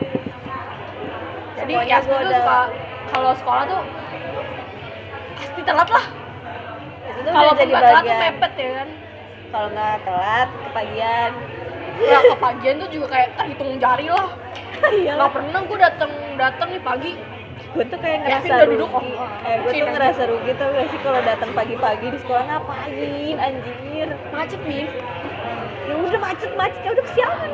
Jadi Semuanya Yasmin gua tuh udah- suka kalau sekolah tuh pasti telat lah. Itu tuh Kalau udah jadi nggak telat tuh bagian. mepet ya kan. Kalau nggak telat kepagian. Nah, kepagian tuh juga kayak terhitung jari lah. Iya. Nggak pernah gue datang nih pagi. Gue tuh kayak Yasmin ngerasa udah rugi. duduk, Gue Cina. tuh ngerasa rugi tau gak sih kalau datang pagi-pagi di sekolah ngapain anjir. Macet nih. Ya udah macet-macet ya udah kesiangan.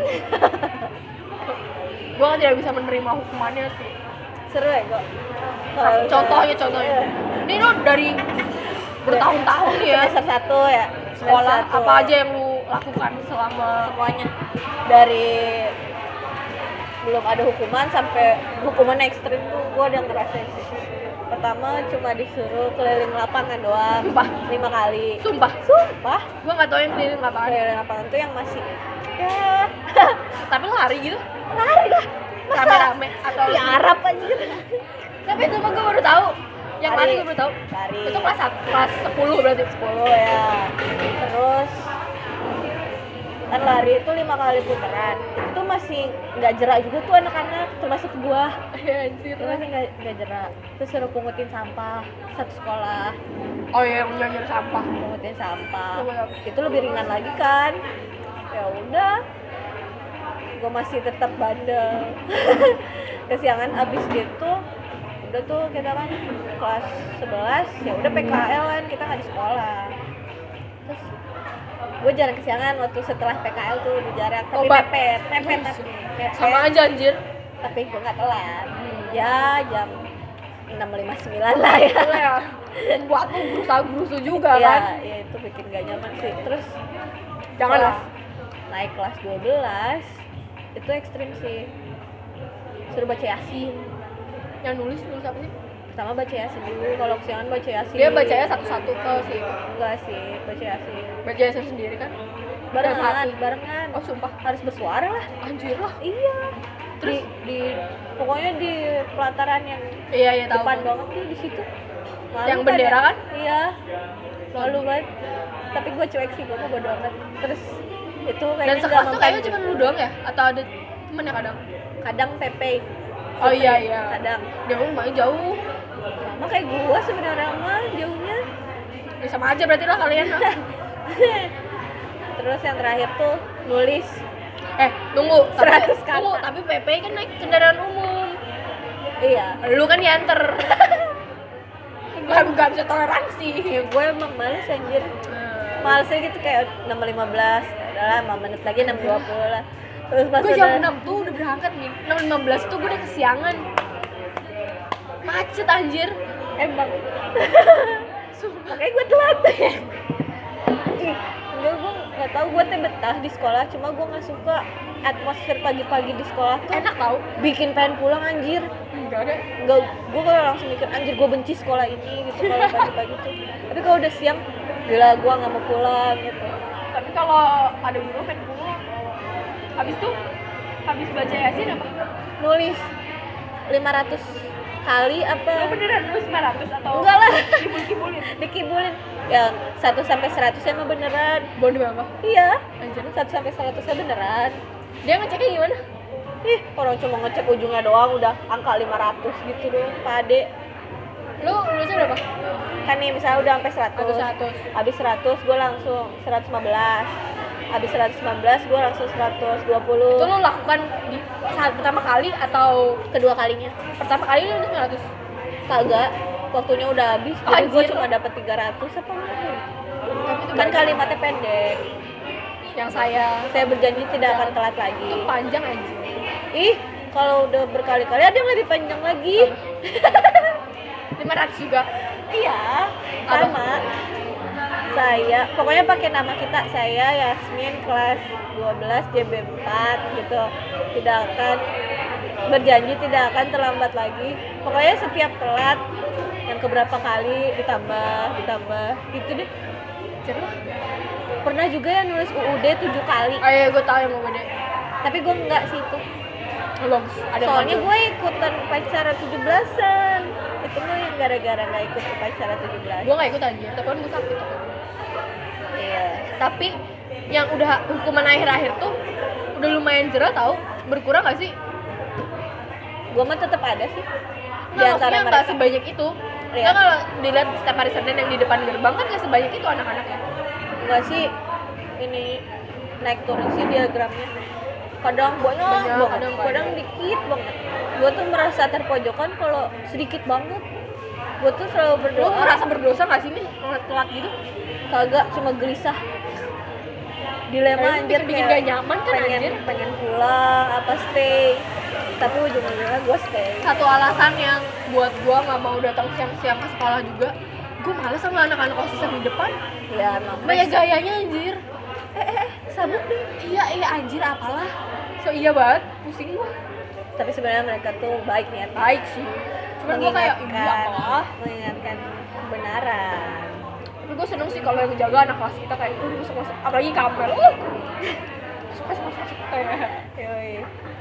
Gue tidak bisa menerima hukumannya sih. Seru ya kok. Contohnya. Ini lo dari bertahun-tahun ya Semester 1 ya. sekolah, Semester 1. apa aja yang lu lakukan selama Semuanya. Dari belum ada hukuman sampai hukuman ekstrim tuh gue udah ngerasain sih. Pertama cuma disuruh keliling lapangan doang. Sumpah. 5 kali. Sumpah, Sumpah. gue nggak tahu yang keliling apaan. Keliling lapangan tuh yang masih ya Tapi lari gitu, lari lah. Masa rame-rame atau di Arab anjir. Tapi itu mah gue baru tahu. Yang lari gue baru tahu. Lari. Itu kelas 10 berarti. 10 ya. Terus kan lari itu 5 kali putaran. Itu tuh masih nggak jerak juga tuh anak-anak, termasuk gua. Ya anjir. Itu masih nggak jerak. Terus suruh pungutin sampah satu sekolah, Oh iya, yang nyanyir sampah. pungutin sampah. Coba. Itu lebih ringan lagi kan. Ya udah. Gua masih tetap bandel. Kesiangan abis gitu udah tuh kita kan kelas 11 ya udah PKL kan kita nggak di sekolah. Terus gue jarang kesiangan waktu setelah PKL tuh jarang, tapi Obat. mepet tapi mepet. Sama aja anjir. Tapi gue nggak telat. Ya jam 6.59 lah ya. Itu ya. Buat lu berusaha gerusu juga Iya, kan. ya itu bikin gak nyaman sih. Terus Jangan lah. naik kelas 12 itu ekstrim sih. Suruh baca Yasin. Yang nulis apa sih? Pertama baca Yasin dulu, kalau kesiangan baca Yasin. Dia bacanya satu-satu ke sih. Enggak sih, baca Yasin. Baca Yasin sendiri kan. Dalam Barengan, hati. barengan. Oh sumpah. Harus bersuara lah. Anjir lah. Iya. Terus di pokoknya di pelataran yang Iya tahu. depan banget tuh di situ. Malu Yang bendera kan? Iya. Malu banget. Tapi gue cuek sih, gue mau bodo amat. Terus itu kayaknya Dan sekelas tuh mempan kayaknya gitu. cuma lu doang ya? Atau ada temen yang kadang? Kadang Pepe. Oh iya. Kadang. Dia lumayan jauh. Sama kayak gue sebenarnya mah jauhnya. Ya, sama aja berarti lah kalian. Terus yang terakhir tuh nulis. Tunggu, 100 kata. tunggu, tapi PP kan naik kendaraan umum. Iya. Lu kan diantar. Gak bisa toleransi. Ya gue emang males anjir. Malesnya gitu kayak 6.15, udahlah 5 menit lagi 6.20 lah. Terus pas Gue jam udah 6 tuh udah berangkat nih. 6.15 tuh gue udah kesiangan. Macet anjir. emang Sumpah. makanya gue telat. Ih, enggak, gue nggak tahu, gue tuh betah di sekolah, cuma gue nggak suka atmosfer pagi-pagi di sekolah tuh. Enak tau? Bikin pengen pulang anjir. Enggak ada. Enggak, gue kalau langsung mikir anjir gue benci sekolah ini gitu kalau pagi-pagi tuh. Tapi kalau udah siang, gila gue nggak mau pulang gitu. Tapi kalau ada guru pengen pulang. Habis baca Yasin apa? Nulis 500 kali apa? Lu beneran nulis 500 atau? Enggak lah. Kibul-kibulin. Dikibulin. Ya 1 sampai 100 nya mah beneran. Bodoh apa? Iya. Anjir. 1 sampai 100 nya beneran. Dia ngeceknya gimana? Ih, orang cuma ngecek ujungnya doang udah angka 500 gitu doang, Pak Ade. Lu lulusnya berapa? Kan nih misalnya udah sampai 100. 100. Habis 100 gue langsung 115. Habis 115 gue langsung 120. Itu lu lakukan di saat pertama kali atau kedua kalinya. pertama kali lu nulis 900? Kagak, waktunya udah habis. Jadi gue Anjir. cuma dapat 300 apa enggak? Tapi itu Kan banyak. kalimatnya pendek. Yang saya Berjanji tidak akan telat lagi. itu panjang aja. Ih, kalau udah berkali-kali ada yang lebih panjang lagi. 500 juga. Iya, Apa? sama. Saya, pokoknya pakai nama kita, saya Yasmin kelas 12 JB4 gitu. Tidak akan berjanji tidak akan terlambat lagi. Pokoknya setiap telat yang keberapa kali ditambah gitu deh. Siapa? Pernah juga ya nulis UUD 7 kali. Oh iya, gue tahu yang mau gede. Tapi gue enggak sih itu. Bagus. Ada Soalnya maju. gue ikutan upacara 17-an. Itu mah yang gara-gara nggak ikut upacara 17. Gue nggak ikut aja, tapi kan gue sakit. Iya. Tapi yang udah hukuman akhir-akhir tuh udah lumayan jerah tau. Berkurang gak sih? Gue mah tetap ada sih. Di Nggak, antara maksudnya nggak mereka. sebanyak itu. Iya. Kan kalau dilihat setiap hari Senin yang di depan gerbang kan nggak sebanyak itu anak-anaknya. Enggak sih. Ini naik turun sih diagramnya. Kadang banyak banget, kadang kadang dikit banget. Gue tuh merasa terpojokan kalau sedikit banget. Gue tuh selalu Lu berdoa. merasa berdosa nggak sih, Min? Ngeliat telat gitu? Kagak, cuma gelisah. Dilema Kayak anjir, bikin kayak gak nyaman kan, anjir. pengen pulang apa stay. Tapi ujung-ujungnya gue stay. Satu alasan yang buat gua nggak mau datang siang-siang ke sekolah juga, gua males sama anak-anak OSIS yang di depan. Ya emang. Banyak gayanya anjir. Sabuk deh. Iya anjir, apalah. So iya banget, pusing gua. Tapi sebenarnya mereka tuh baik niat. Baik sih. Cuman gua kayak iya apalah. mengingatkan kebenaran. Tapi gua seneng sih kalau yang jaga anak kelas kita kayak udah masuk, apalagi Kamel. Masuk. Yoi.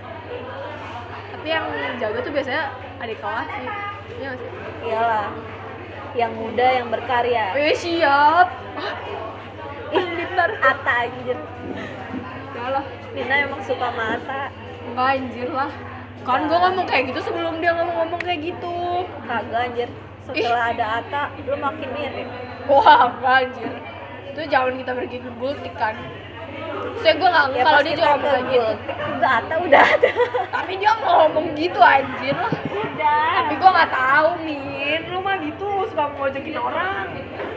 Tapi yang jaga tuh biasanya adik kelas sih. Iya nggak sih? Iyalah. Yang muda yang berkarya. Siap. Bener. Ata anjir. Udah lah. Nina emang suka mata. Enggak anjir lah. Kan gua ngomong kayak gitu sebelum dia ngomong kayak gitu. Kagak anjir. Setelah ada Ata, lu makin mirip. Wah, enggak anjir. Itu zaman kita pergi ke Gultik kan. Saya gue nggak Ya, kalau pas dia kita juga ngomong ke kayak gitu. Gultik juga Ata udah ada. Tapi dia ngomong gitu anjir lah. Udah. Tapi gue nggak tahu Min, lu mah gitu suka ngojekin orang.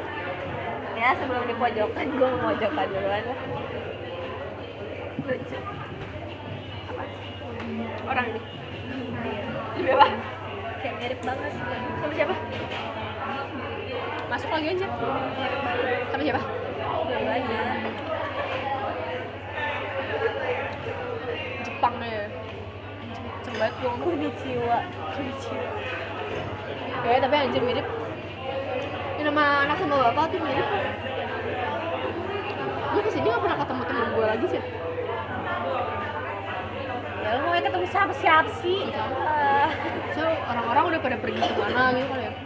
Ya sebelum di pojokan, gue mau pojokan duluan lah. Lucu. Apa? Orang ini. Iya. Apa? Kayak mirip banget. Sama siapa? Masuk lagi aja. Sama siapa? Dua-duanya. Jepang ya. Cembat gue ngomong. Konnichiwa. Ya tapi anjir mirip. Ini nama anak sama bapak tuh mirip. Gue kesini gak pernah ketemu temen gue lagi sih. Ya lu mau ketemu siapa sih? So orang-orang udah pada pergi kemana gitu kali ya.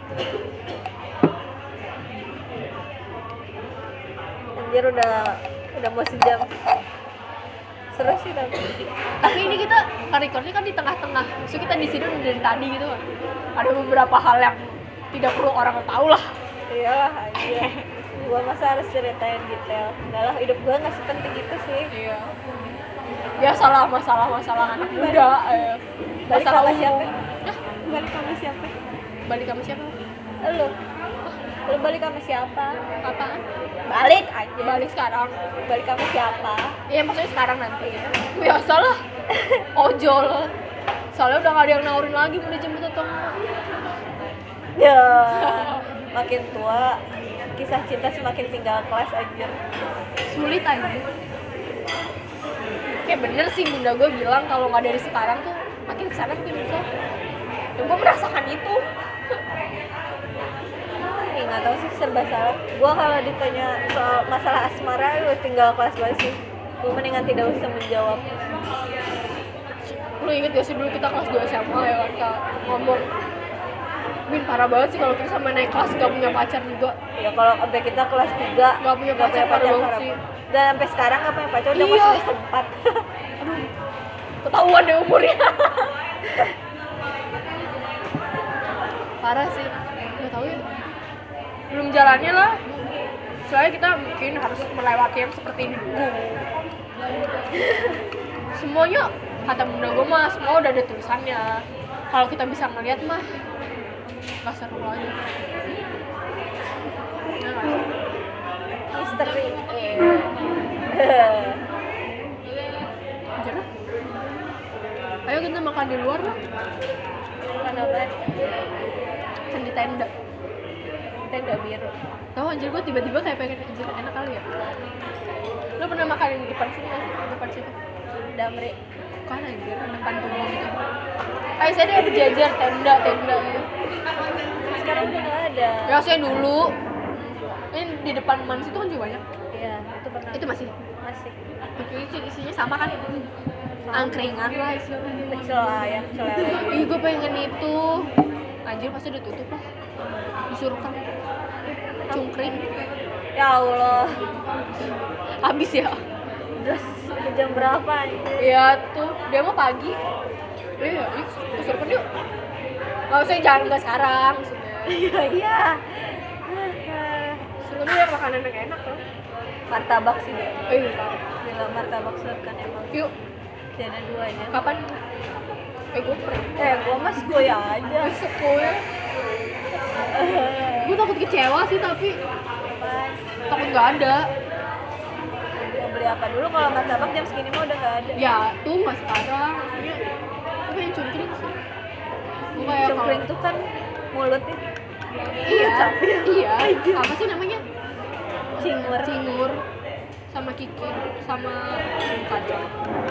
Anjir udah mau sejam. Seru sih Tapi ini kita recordnya kan di tengah-tengah. So kita di sini udah dari tadi gitu kan. Ada beberapa hal yang tidak perlu orang tahu lah. Iyalah anjir. Gua masa harus ceritain detail. Udah lah, hidup gua gak sepenting itu sih. Iya. Biasalah masalah anak muda. Balik Masalah sama umum. siapa? Hah? Balik sama siapa? Balik sama siapa? Lu balik sama siapa? Apaan? Balik aja. Balik sekarang. Balik sama siapa? Iya maksudnya sekarang nanti. Biasalah. Ojol. Soalnya udah gak ada yang nawarin lagi mau dijemput atau enggak. Ya, makin tua kisah cinta semakin tinggal kelas aja. Sulit aja. Kayak bener sih bunda gue bilang kalau nggak dari sekarang tuh makin kesana makin susah. Dan gue merasakan itu. Nggak tahu sih, serba salah. Gue kalau ditanya soal masalah asmara, lu tinggal kelas banget sih. Gue mendingan tidak usah menjawab. Lu inget gak sih dulu kita kelas 2 SMA ya kan Kak, ngomong Bin parah banget sih kalau kita sampai naik kelas gak punya pacar juga. Ya kalau sampai kita kelas 3 Gak punya pacar parah banget parah. sih. Dan sampai sekarang gak punya pacar udah Iya. masuk semester 4. Aduh, ketahuan deh umurnya. Parah sih, gak tau ya. Belum jalannya lah. Soalnya kita mungkin harus melewati yang seperti ini dulu. Semuanya kata bunda gue mah semua udah ada tulisannya. Kalau kita bisa ngeliat mah gak seru aja. Nah, gak sih? Misteri. Anjir lah. Ayo kita makan di luar lah. Kenapa? Kan di tenda. Tenda biru. Tahu anjir gue tiba-tiba kayak pengen anjir enak kali ya. Lo pernah makan di depan sini nggak sih? Di depan situ? Damri. Kan anjir depan rumah gitu. Kayak saya ada berjajar tenda gitu. Sekarang udah nggak ada. Ya saya dulu. Ini di depan Mans itu kan juga banyak. Iya, itu pernah. Itu masih. Masih. Isinya sama kan? Angkringan lah istilahnya. Pecel ayam, pecel lele. Ih gue pengen itu. Anjir pasti udah tutup lah. Disuruh kan. Cungkring. Ya Allah. Habis ya. Terus jam berapa anjir? Iya tuh, dia mau pagi. Iya, kesurupan yuk. Gak usah jangan nggak sekarang maksudnya. Iya. Sebenarnya yang makanan yang enak loh. Martabak sih dia. Iya. Gila martabak surat kan emang. Yuk, Dia ada duanya. kapan? Gue pernah. Gua mas goyang aja. Sekolah. Gue takut kecewa sih tapi takut nggak ada. Mau beli apa dulu kalau martabak jam segini mah udah nggak ada. Ya tuh nggak sekarang. Maksudnya, gue pengen cungkring sih. Gue kayak Cungkring tuh kan mulutnya. Iya. Sapi. Iya. Apa sih namanya? Cingur. Sama kiki sama kacang.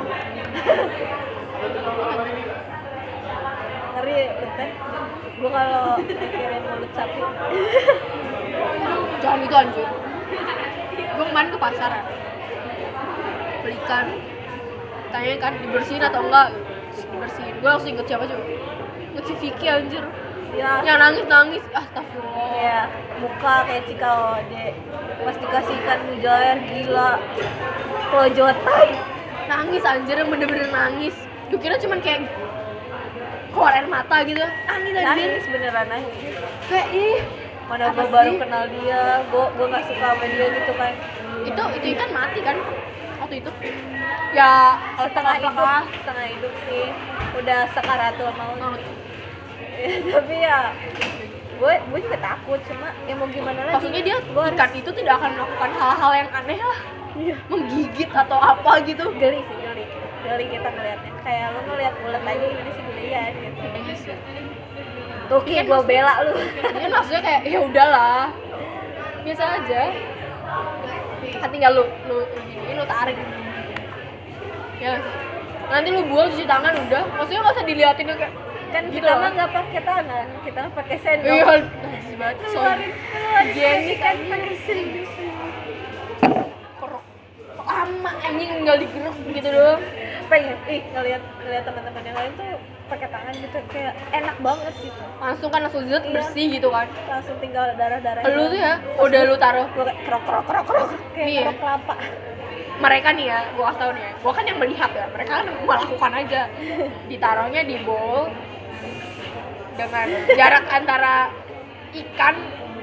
Ngeri betul. Gua kalau mikirin mulut sapi. Jangan itu anjir. Gue kemarin ke pasar ya. Beli ikan. Tanya kan dibersihin atau enggak? Dibersihin. Gue langsung inget siapa coba? Inget si Vicky anjir. Ya. Yang nangis. Astagfirullah. Ya, muka kayak Cikawade. Pas dikasih ikan mujair gila. Kelojotan. Nangis anjir, yang bener-bener nangis. Gue kira cuman kayak keluar air mata gitu. Nangis anjir. Nangis beneran nangis. Kayak Mana apa gue baru sih? kenal dia, gue gak suka sama dia gitu kan. itu ikan mati kan waktu itu. Ya Setengah hidup, lah. setengah hidup sih. Udah sekaratul maut. Oh, Tapi ya gue juga takut, cuma ya mau gimana lagi. maksudnya dia Gua harus ikan itu tidak akan melakukan hal-hal yang aneh lah. Iya. Menggigit atau apa gitu. Geli sih, geli kita ngeliatnya. Kayak lu ngeliat ulet aja ini sih gelian gitu. Tuh Iya, gue bela lu. Ini maksudnya kayak ya udahlah. Biasa aja. Kan tinggal lu giniin, lu tarik. Ya. Nanti lu buang cuci tangan udah. Maksudnya enggak usah diliatin kayak Kan gitu kita loh. mah nggak pakai tangan, kita mah pakai sendok. Iya, najis banget. So higienis kan anjing. pakai sendok. Korok. Lama anjing tinggal digeruk gitu doang. Pengen ngeliat teman-teman yang lain tuh pakai tangan gitu kayak enak banget gitu. Langsung kan langsung zet Iya. bersih gitu kan. Langsung tinggal darah-darah. Lu tuh ya, udah lu taruh. Gue kayak krok kayak Nih ya. krok kelapa. Mereka nih ya, gua kasih tau nih ya. Gua kan yang melihat ya. Mereka kan melakukan aja. Ditaruhnya di bowl dengan jarak antara ikan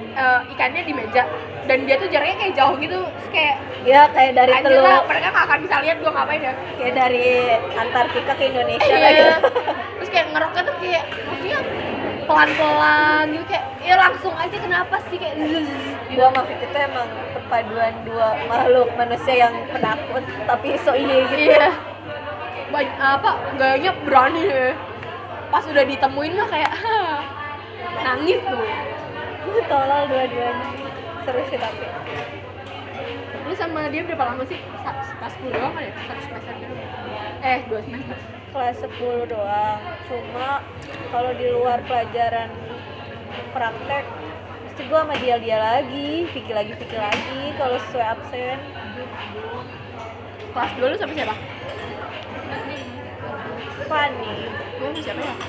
ikannya di meja dan dia tuh jaraknya kayak jauh gitu, terus kayak Ya kayak dari anjir lah, teluk, mereka nggak akan bisa lihat gua ngapain ya. kayak dari Antartika ke Indonesia Iya. lah gitu. Terus kayak ngeroknya tuh kayak maksudnya pelan-pelan gitu, kayak ya langsung aja, kenapa sih kayak zzz, gitu. Gua sama Fit itu emang perpaduan dua makhluk manusia yang penakut tapi so iye gitu. Iya. Gayanya berani ya. Pas udah ditemuin mah kayak nangis tuh. Tolol dua-duanya. Seru sih tapi. Lu sama dia berapa lama sih? Pas 10 doang kan ya? 1 semester gitu. 2 semester. Kelas 10 doang. Cuma kalau di luar pelajaran praktek pasti gua sama dia lagi, Vicky lagi. Kalau sesuai absen Kelas 2 lu sama siapa? Fanny. Gue sama siapa ya?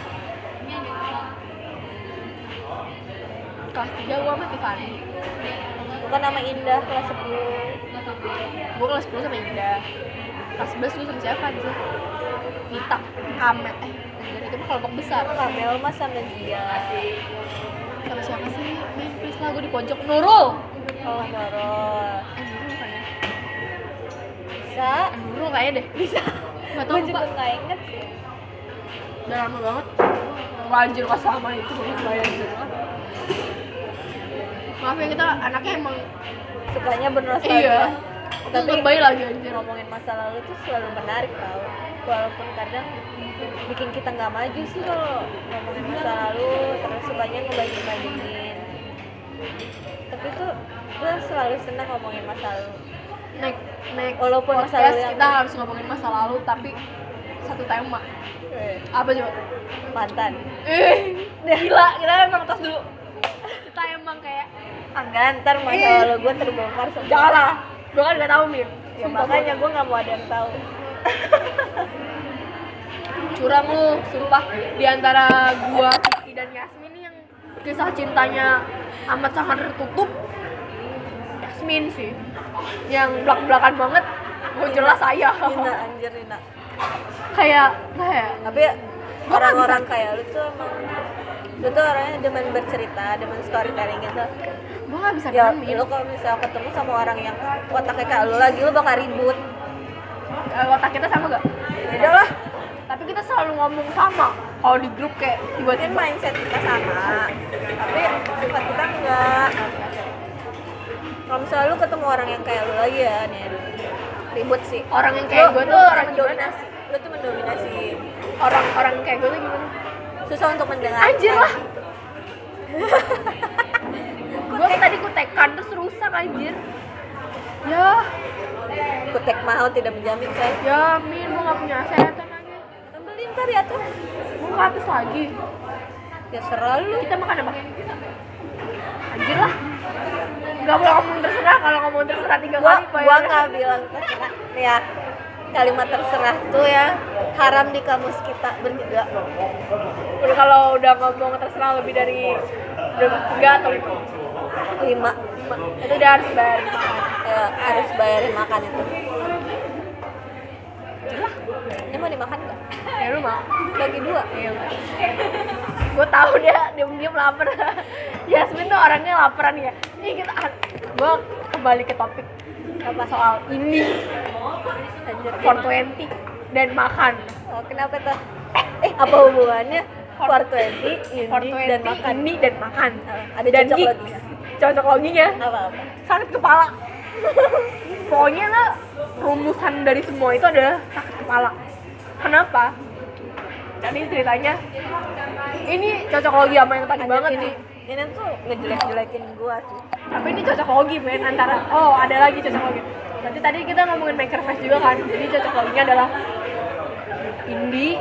Kelas 3 gue sama Tiffany. Bukan nama Indah kelas 10. Gue kelas 10 sama Indah. Kelas 11 lu sama siapa aja? Nita, Kamel, dan itu mah kelompok besar. Kamel mas sama Zia. Sama siapa sih? Nih, please lah, gue di pojok. Nurul! Oh Nurul. Nurul bukan ya? Bisa. Nurul kayaknya deh. Bisa. Gak tau Gue juga lupa. nggak inget sih. Udah lama banget. Anjir pas sama itu gue bayangin. Maaf ya, kita anaknya emang Sukanya bernostalgia. iya. Tapi Tapi baik lagi anjir. ngomongin masa lalu tuh selalu menarik tau. Walaupun kadang bikin kita nggak maju sih kalau ngomongin masa lalu, terus sukanya ngebanding-bandingin. Tapi tuh gue selalu senang ngomongin masa lalu. Next Walaupun masa podcast lalu yang- kita harus ngomongin masa lalu tapi satu tema. Apa coba? Mantan. Gila, kita emang tos dulu. Kita emang kayak Enggak, ntar masa lalu gue terbongkar semua. jangan lah. Gue kan gak tau Min. Ya, makanya gue nggak mau ada yang tahu. Curang lu, sumpah. Di antara gua, Vicky dan Yasmin nih yang kisah cintanya amat sangat tertutup, Yasmin sih. Yang belak-belakan banget, jelas saya. Rina anjir Rina. Kayak Tapi orang-orang kayak lu tuh emang lu tuh orangnya demen bercerita, demen storytelling gitu. gue gak bisa Ya, namin. lu kalau misalnya ketemu sama orang yang otaknya kayak lu lagi, lu bakal ribut. Otak kita sama gak? Beda lah. Tapi kita selalu ngomong sama. Kalau di grup kayak Mungkin tiba-tiba mindset kita sama, tapi sifat kita enggak. Kalau misalnya lu ketemu orang yang kayak lu lagi ya, nih ribut sih. orang yang kayak gue Lu tuh orang gimana? mendominasi. Lu tuh mendominasi. Orang kayak gue tuh gimana? Susah untuk mendengar. Anjir lah. Gue tadi kutekan terus rusak anjir. Ya, Kutek mahal tidak menjamin kan. ya Min, gue gak punya asetan lagi. Ambilin ntar ya tuh. Gue ke atas lagi. Ya serah lu. Kita makan apa? Anjir lah. Gak boleh ngomong terserah, kalau ngomong terserah 3 Gua kali bayar. nggak bilang terserah. Ya kalimat terserah tuh ya haram di kamus kita bertiga. Udah kalau udah ngomong terserah lebih dari 3 atau 5 itu udah harus bayar makan. ya, harus bayarin makan itu. Ini mau dimakan nggak? Ya lu mau? Bagi 2. Iya. Gue tahu dia diam-diam lapar. Yasmin tuh orangnya laparan ya. Nih kita, gue kembali ke topik apa soal ini, Anjir. 420 dan makan. Oh, kenapa tuh? Apa hubungannya 420 ini 420 dan makan? ini dan makan. Ada dan cocok gigs. loginya. Cocok loginya. Apa-apa? Sakit kepala. Pokoknya lah rumusan dari semua itu adalah sakit kepala. Kenapa? Jadi ceritanya ini cocok logi sama yang tadi banget ini. sih. Ini tuh ngejelek-jelekin gua sih. Tapi ini cocok logi men, antara ada lagi cocok logi. Berarti tadi kita ngomongin Maker Fest juga kan. Jadi cocok loginya adalah indie,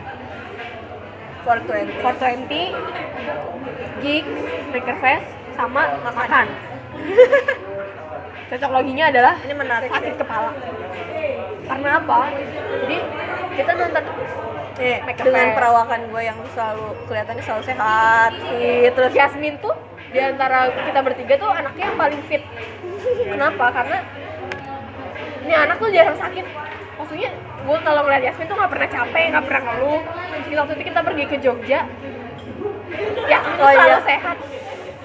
420, gigs, Maker Fest, sama makan. Cocok loginya adalah Ini menarik. sakit kepala. Karena apa? Jadi kita nonton Maker Dengan Fest. perawakan gue yang selalu kelihatannya selalu sehat, fit, Terus Yasmin tuh di antara kita bertiga tuh anaknya yang paling fit. Kenapa? Karena ini anak tuh jarang sakit. Maksudnya gue kalau ngeliat Yasmin tuh nggak pernah capek, nggak pernah ngeluh. Waktu itu kita pergi ke Jogja, Yasmin tuh Oh, selalu iya. sehat,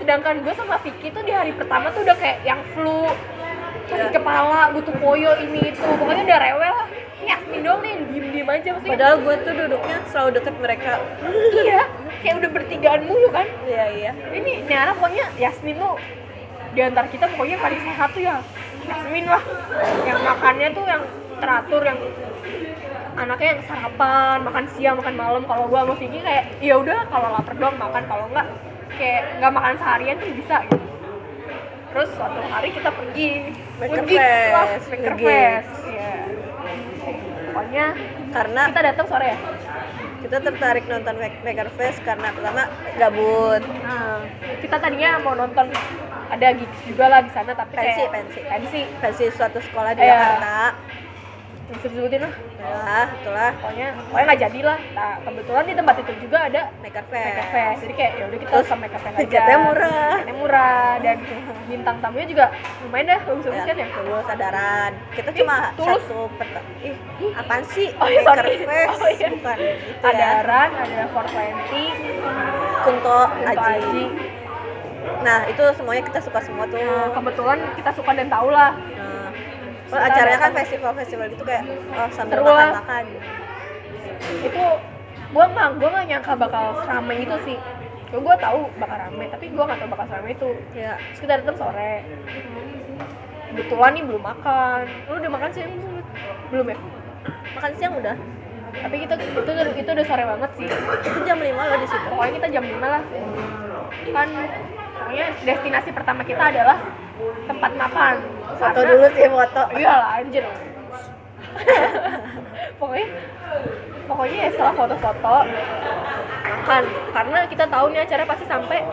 Sedangkan gue sama Vicky tuh di hari pertama tuh udah kayak yang flu, sakit kepala, butuh koyo ini itu, pokoknya udah rewel lah. Ini Yasmin doang nih yang diem aja maksudnya. Padahal gue tuh duduknya selalu deket mereka. Iya, kayak udah bertigaan mulu kan. Iya. Ini anak pokoknya Yasmin tuh di antara kita pokoknya paling sehat tuh ya Yasmin lah, yang makannya tuh yang teratur, yang anaknya yang sarapan, makan siang, makan malam. Kalau gua sama Vicky kayak ya udah kalau lapar doang makan, kalau enggak kayak nggak makan seharian tuh bisa gitu. Terus suatu hari kita pergi Maker Fest ya. Pokoknya Karena kita datang sore ya. kita tertarik nonton Maker Fest karena pertama gabut. Nah, kita tadinya mau nonton ada gigs juga lah di sana, tapi pensi suatu sekolah di Iya. Jakarta. Bisa disebutin lah. Ya, itulah Pokoknya nggak jadi lah. Nah, kebetulan di tempat itu juga ada Maker Maker Fest. Fest. Jadi kayak ya udah kita Terus ke Maker Fest aja. tiketnya murah. Tiketnya murah dan bintang tamunya juga lumayan dah, bagus-bagus kan ya. Tulus sadaran. Kita cuma Tulus. Apaan sih? Oh iya, Maker sorry. Fest. Oh iya. Bukan gitu ya. Adaran, ada 420, Kunto Kunto Aji. Aji. Nah, itu semuanya kita suka semua tuh. Nah, kebetulan kita suka dan tahu lah. Nah, acaranya kan festival gitu kayak sambil Seru lah. makan-makan. Itu gua nggak nyangka bakal ramai itu sih. Gua tahu bakal rame, tapi gua nggak tahu bakal ramai itu. Ya, Terus kita datang sore. Kebetulan nih belum makan. Lu udah makan sih? Belum ya? makan siang udah. Tapi itu udah sore banget sih. Itu jam 5 loh di situ. Pokoknya kita jam 5 lah. Kan pokoknya destinasi pertama kita adalah tempat makan. Foto dulu sih, foto. Iyalah anjir. pokoknya ya setelah foto-foto makan, karena kita tahu nih acara pasti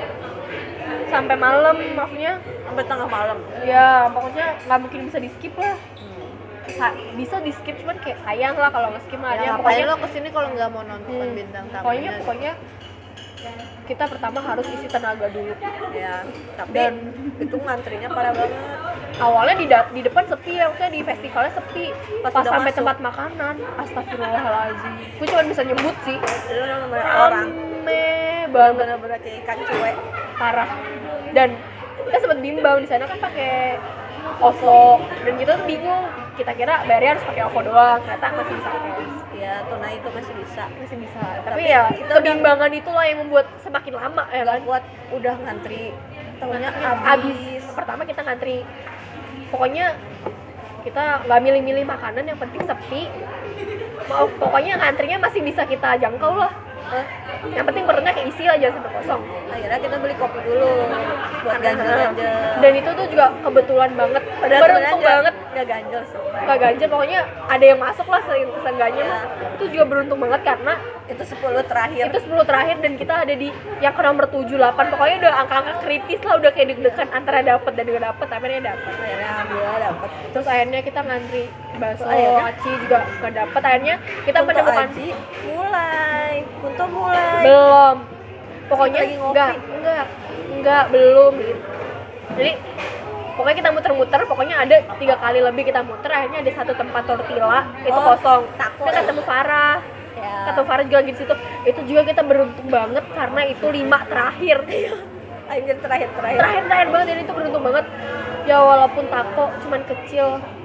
sampai malam, maksudnya Sampai tengah malam. ya pokoknya nggak mungkin bisa di skip lah. Bisa di skip, cuman kayak sayang lah kalau nge skip lah. Ya, Pokoknya lo kesini kalau nggak mau nonton bintang tamunya. pokoknya kita pertama harus isi tenaga dulu. Ya, tapi Dan itu ngantrinya parah banget. Awalnya di depan sepi ya, maksudnya di festivalnya sepi. Pas udah sampai masuk. tempat makanan, astagfirullahaladzim. Gue cuma bisa nyebut sih. Itu namanya orang Rame banget, bener-bener kayak ikan cuek. parah. Dan kita sempat bimbang di sana kan pakai OVO, dan kita tuh bingung. Kita kira bayarnya harus pakai OVO doang, ternyata masih bisa cash. Ya, tunai itu masih bisa. Tapi ya kita kebimbangan itulah yang membuat semakin lama ya kan. buat udah ngantri tahunya Abis pertama kita ngantri, pokoknya kita nggak milih-milih makanan, yang penting sepi. Pokoknya ngantrinya masih bisa kita jangkau lah. Yang penting perutnya keisi lah, jangan sampai kosong. Akhirnya kita beli kopi dulu buat ganjel-ganjel. Dan itu tuh juga kebetulan banget, Padahal beruntung banget. nggak ganjel sih. Gak ganjel, pokoknya ada yang masuk lah seenggaknya. Ya. Itu juga beruntung banget karena Itu 10 terakhir. itu 10 terakhir dan kita ada di yang ke nomor 7, 8. Pokoknya udah angka-angka kritis lah, udah kayak deg-degan antara dapet dan nggak dapet, tapi akhirnya dapet. Akhirnya alhamdulillah dapet. Terus akhirnya kita ngantri bakso, Akhirnya? aci juga nggak dapet. Akhirnya kita Kunto menemukan Aji mulai. Kunto mulai. belum. Pokoknya Lagi ngopi. enggak belum gitu. Jadi pokoknya kita muter-muter, pokoknya ada 3 kali lebih kita muter. Akhirnya ada satu tempat tortilla itu kosong. taco. Kita ketemu Farah. Ya. Ketemu Farah juga di situ. Itu juga kita beruntung banget karena itu 5 terakhir. Anjir terakhir. Terakhir banget, dan itu beruntung banget. Ya walaupun taco cuman kecil.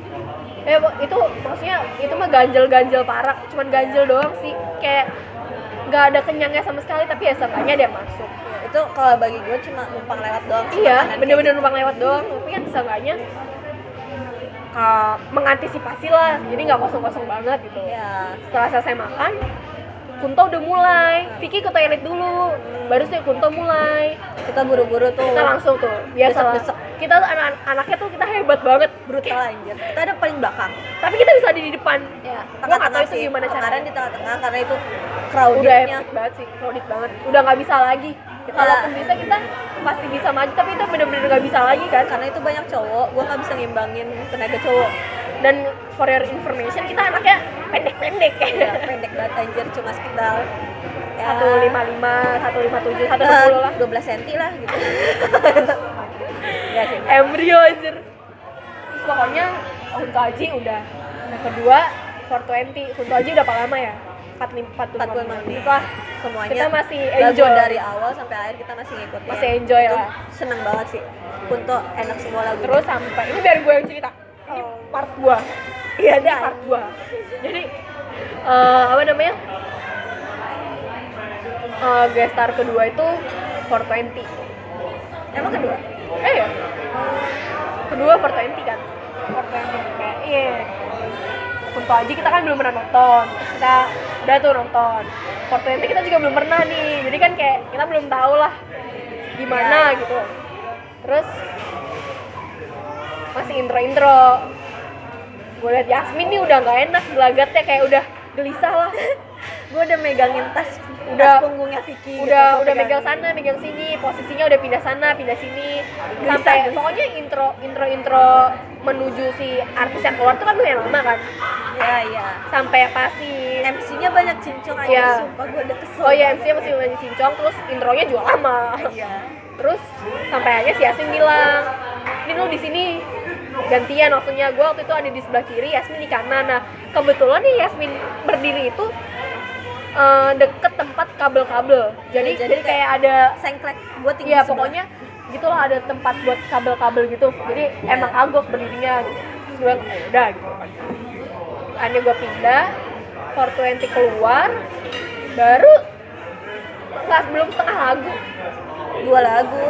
Itu maksudnya itu mah ganjel parah, cuman ganjel doang sih. Kayak nggak ada kenyangnya sama sekali, tapi ya seenggaknya ada yang masuk. Ya, itu kalau bagi gue cuma numpang lewat doang. Iya, Makanan bener-bener numpang lewat doang, tapi kan seenggaknya mengantisipasi lah, jadi nggak kosong-kosong banget gitu. Ya. Setelah selesai makan, Kunto udah mulai. Vicky ke toilet dulu, baru sih Kunto mulai. Kita buru-buru tuh. Kita langsung tuh, biasa lah. Desek-desek. Kita tuh anaknya tuh kita hebat banget, brutal anjir. Kita ada paling belakang. tapi kita bisa di depan. Ya, Gua nggak tahu itu sih. gimana Kemarin caranya. di tengah-tengah karena itu Udah crowdednya. epic banget sih, crowded banget. Udah nggak bisa lagi. Kalaupun bisa kita pasti bisa maju, tapi itu bener-bener nggak bisa lagi kan. Karena itu banyak cowok, gue nggak bisa ngimbangin tenaga cowok. Dan for your information, kita anaknya pendek-pendek Ya, kayak pendek banget anjir, cuma sekitar 155, 157, 160 lah. 12 cm lah gitu. Ya sih. Embrio anjir. Terus pokoknya Kunto Aji udah. Yang kedua 420. Kunto Aji udah apa lama ya? 45 menit lah semuanya. Kita masih lagu enjoy dari awal sampai akhir, kita masih ngikutin. Masih enjoy Itu lah. seneng banget sih. Kunto enak semua lagu. Terus sampai ini biar gue yang cerita. Ini part gua. iya Ini deh. part gua. Jadi apa namanya? Guest star kedua itu 420. Emang kedua? Ya. Kedua 420 kan. 420 kayak iya. Kunto Aji kita kan belum pernah nonton. Terus kita udah tuh nonton. 420 kita juga belum pernah nih. Jadi kan kayak kita belum tahu lah gimana gitu. Terus masih intro. Gue liat Yasmin nih udah nggak enak gelagatnya, kayak udah gelisah lah. Gue udah megangin tas Udah- punggungnya Vicky gitu, Udah gua megang pegangin. sana, megang sini, posisinya udah pindah sana, pindah sini. Gelisah, Sampai gelisah. pokoknya intro menuju si artis yang keluar tuh kan lumayan lama kan. Iya. Sampai pasti MC-nya banyak cincong aja, Iya. sumpah gue udah kesel. oh iya MC-nya masih banyak cincong, terus intronya juga lama. Iya. Terus sampai akhirnya si Yasmin bilang, ini lu di sini gantian, maksudnya gue waktu itu ada di sebelah kiri, Yasmin di kanan. Nah kebetulan nih Yasmin berdiri itu deket tempat kabel-kabel. Jadi kayak ada Sengklek, gue tinggi ya sebelah. pokoknya gitulah, ada tempat buat kabel-kabel gitu. Jadi emang kagok berdirinya gitu. Terus gue udah gitu kan. Akhirnya gue pindah, 420 keluar, baru belum setengah lagu. 2 lagu.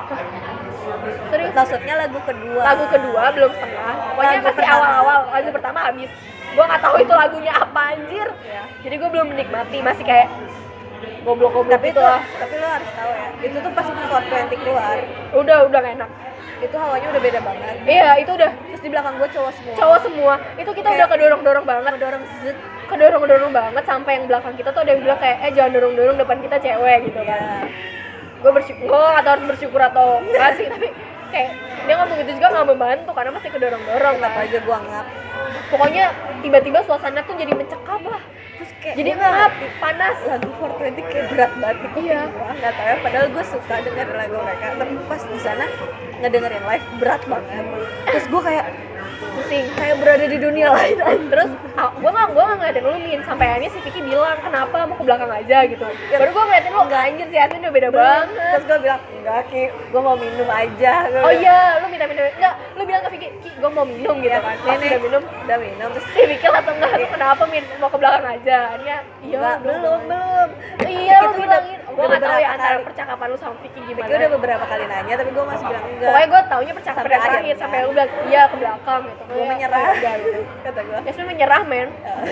Serius? Maksudnya lagu kedua. Lagu kedua belum setengah. Pokoknya Lagu masih pertama. awal-awal. Lagu pertama habis. Gue nggak tahu itu lagunya apa anjir. Iya. Jadi gue belum menikmati, masih kayak goblok-goblok Tapi gitu lah. tapi lo harus tahu ya, itu tuh pas 420 keluar, Udah gak enak. itu hawanya udah beda banget. Iya itu udah Terus di belakang gue cowok semua. cowok semua. Itu kita Kayak udah kedorong-dorong banget. ngedorong zet. Kedorong-dorong banget sampai yang belakang kita tuh ada yang bilang kayak jangan dorong-dorong, depan kita cewek gitu kan. Iya. Gue bersyukur, gue atau harus bersyukur atau enggak sih, tapi kayak dia ngomong gitu juga nggak membantu karena masih kedorong-dorong Tetap kan. aja gue ngap. Pokoknya tiba-tiba suasana tuh jadi mencekam lah, Terus kayak jadi gua nggak ngap, ngerti. panas. Lagu 420 kayak berat banget gitu. Iya. Gua nggak tahu ya, padahal gue suka denger lagu mereka, tapi pas di sana ngedengerin live berat banget. Terus gue kayak Pusing. berada di dunia lain. Terus gue nggak ngeliatin lu Min, sampai akhirnya si Vicky bilang kenapa mau ke belakang aja gitu. Baru gue ngeliatin lu, anjir si Yasmin udah beda banget. Terus gue bilang enggak Ki, gue mau minum aja. Gua Oh bilang, iya, lu minta minum. Enggak, lu bilang ke Vicky, Ki, gue mau minum gitu kan. Pas Nenek, udah minum, udah minum terus si Vicky langsung enggak, lu kenapa Min, mau ke belakang aja. Akhirnya, iya enggak, belum. Iya, lu Vicky tuh bilangin. Gue udah nggak tahu ya beberapa antara kali. percakapan lu sama Vicky gimana. Vicky udah beberapa kali nanya, tapi gue masih bilang enggak. Pokoknya gue taunya percakapan Sampai yang terakhir, akhirnya. sampai lu bilang, iya ke belakang gitu. Gue menyerah. Udah, gitu. Kata gue. Yasmin menyerah, men.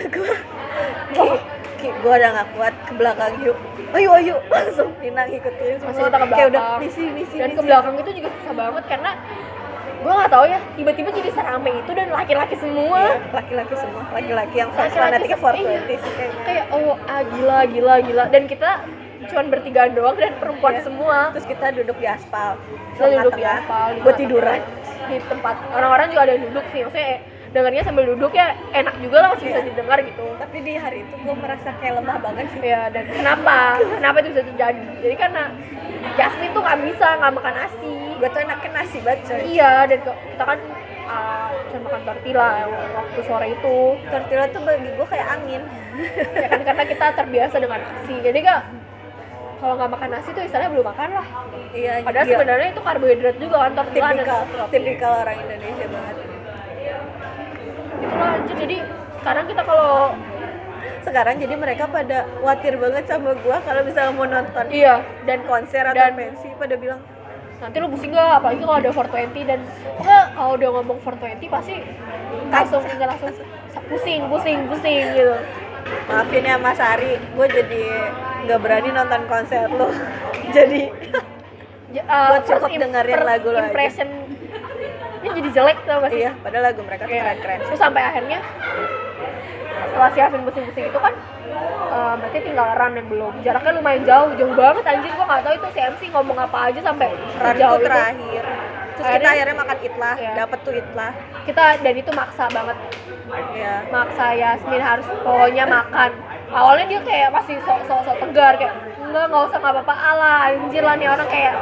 Ki, gue udah gak kuat, ke belakang yuk. Ayo, langsung Nina ngikutin semua. Masih kita ke Kayak udah belakang. misi. Dan ke belakang itu juga susah banget karena gue nggak tahu ya, tiba-tiba jadi serame itu dan laki-laki semua. Iya, laki-laki semua, laki-laki yang fans Laki-laki fanatiknya semua, 420 sih kayaknya. Kayak gila. Dan kita cuman bertigaan doang dan perempuan Iya. semua. Terus kita duduk di aspal. Kita duduk di tengah-tengah, aspal di buat tengah-tengah. tiduran. Di tempat orang-orang juga ada yang duduk sih, maksudnya dengarnya sambil duduk ya enak juga lah, masih bisa Iya. didengar gitu. Tapi di hari itu gue merasa kayak lemah banget sih. Ya, dan kenapa itu bisa terjadi? Jadi karena Yasmin tuh nggak makan nasi. Gue tuh enaknya nasi banget coy. Iya, dan kita kan cuma makan tortilla waktu sore itu. Tortilla tuh bagi gue kayak angin. Ya kan karena kita terbiasa dengan nasi. Jadi kalau nggak makan nasi tuh istilahnya belum makan lah. Iya, Padahal gila. sebenarnya itu karbohidrat juga kan, tortilla dan roti. tipikal orang Indonesia banget. Itulah anjir. Jadi sekarang kita kalau Sekarang jadi mereka pada khawatir banget sama gue kalau misalnya mau nonton iya dan konser atau Dan- pensi, pada bilang nanti lu pusing nggak, apalagi kalau ada 420 dan pokoknya kalau udah ngomong 420 pasti langsung pusing gitu. maafin ya Mas Ari, gue jadi nggak berani nonton konser lo. Jadi Buat First cukup dengerin lagu lo aja. impression ini jadi jelek tau gak sih? iya, padahal lagu mereka tuh Iya. keren-keren. Terus sampai akhirnya setelah si Yasmin pusing-pusing itu kan berarti tinggal Ran yang belum, jaraknya lumayan jauh banget anjir. Gua nggak tahu itu si MC ngomong apa aja sampai Run sejauh tuh itu. terakhir. Terus kita Akhirnya- akhirnya makan itlah, Iya. dapet tuh itlah. Kita dan itu maksa banget, Iya. maksa Yasmin harus pokoknya makan. Awalnya dia kayak masih sok tegar kayak enggak usah, nggak apa-apa, ala anjir lah nih orang kayak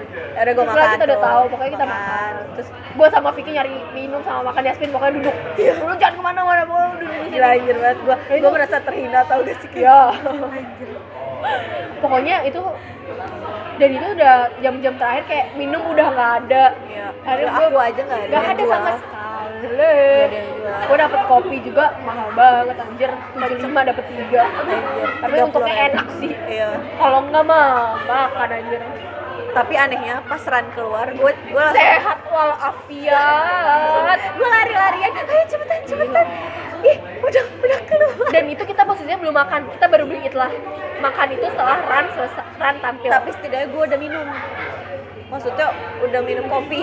Ada gue Setelah makan kita udah tuh. tahu, pokoknya kita makan. Terus Gue sama Vicky nyari minum sama makan di Aspin, pokoknya duduk. Lu jangan kemana-mana, pokoknya lu duduk di sini. gila anjir banget gue merasa terhina tau gak sih? Ya. Pokoknya itu, dan itu udah jam-jam terakhir kayak minum udah nggak ada. Iya. Akhirnya Aku aja nggak ada nggak yang ada jual. sama sekali. ada yang jual. Gue dapet kopi juga mahal banget anjir, 75 dapet 3. Tapi 30.000. untungnya enak sih. Iya. Kalau enggak mah makan anjir. Tapi anehnya pas Ran keluar gue langsung Sehat walafiat. gue lari-larian, ayo cepetan. Ih, udah keluar. Dan itu kita posisinya belum makan, kita baru beli itulah. Makan itu setelah Ran tampil. Tapi setidaknya gue udah minum. Maksudnya udah minum kopi.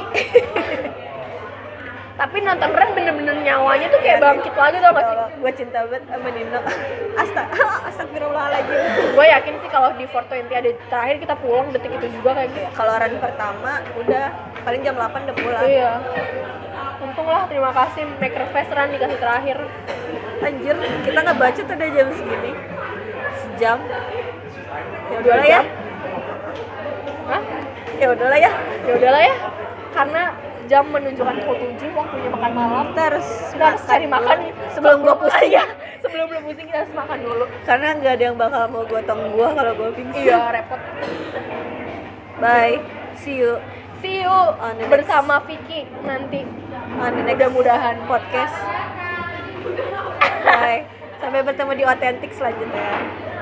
Tapi nonton Ran bener-bener nyawanya tuh kayak bangkit lagi tau gak sih? Gue cinta banget sama Nino. Astagfirullahaladzim. Gue yakin sih kalau di 420 ada terakhir kita pulang detik itu juga kayak gitu. Kalau Ran pertama udah paling jam 8 udah pulang. Iya. Untung lah, terima kasih Maker Fest Ran dikasih terakhir. Anjir, kita nggak baca tuh udah jam segini. Sejam. Ya udahlah ya. Hah? Ya udahlah ya. Ya udahlah ya. Karena jam menunjukkan pukul 7 waktunya makan malam. Kita harus Cari makan sebelum gua pusing. ya. Sebelum lu pusing kita harus makan dulu. Karena nggak ada yang bakal mau gotong gua kalau gua pingsan. Iya, repot. Bye. See you See you On the next- bersama Vicky nanti. on the next Mudah-mudahan. podcast. Bye. Sampai bertemu di otentik selanjutnya.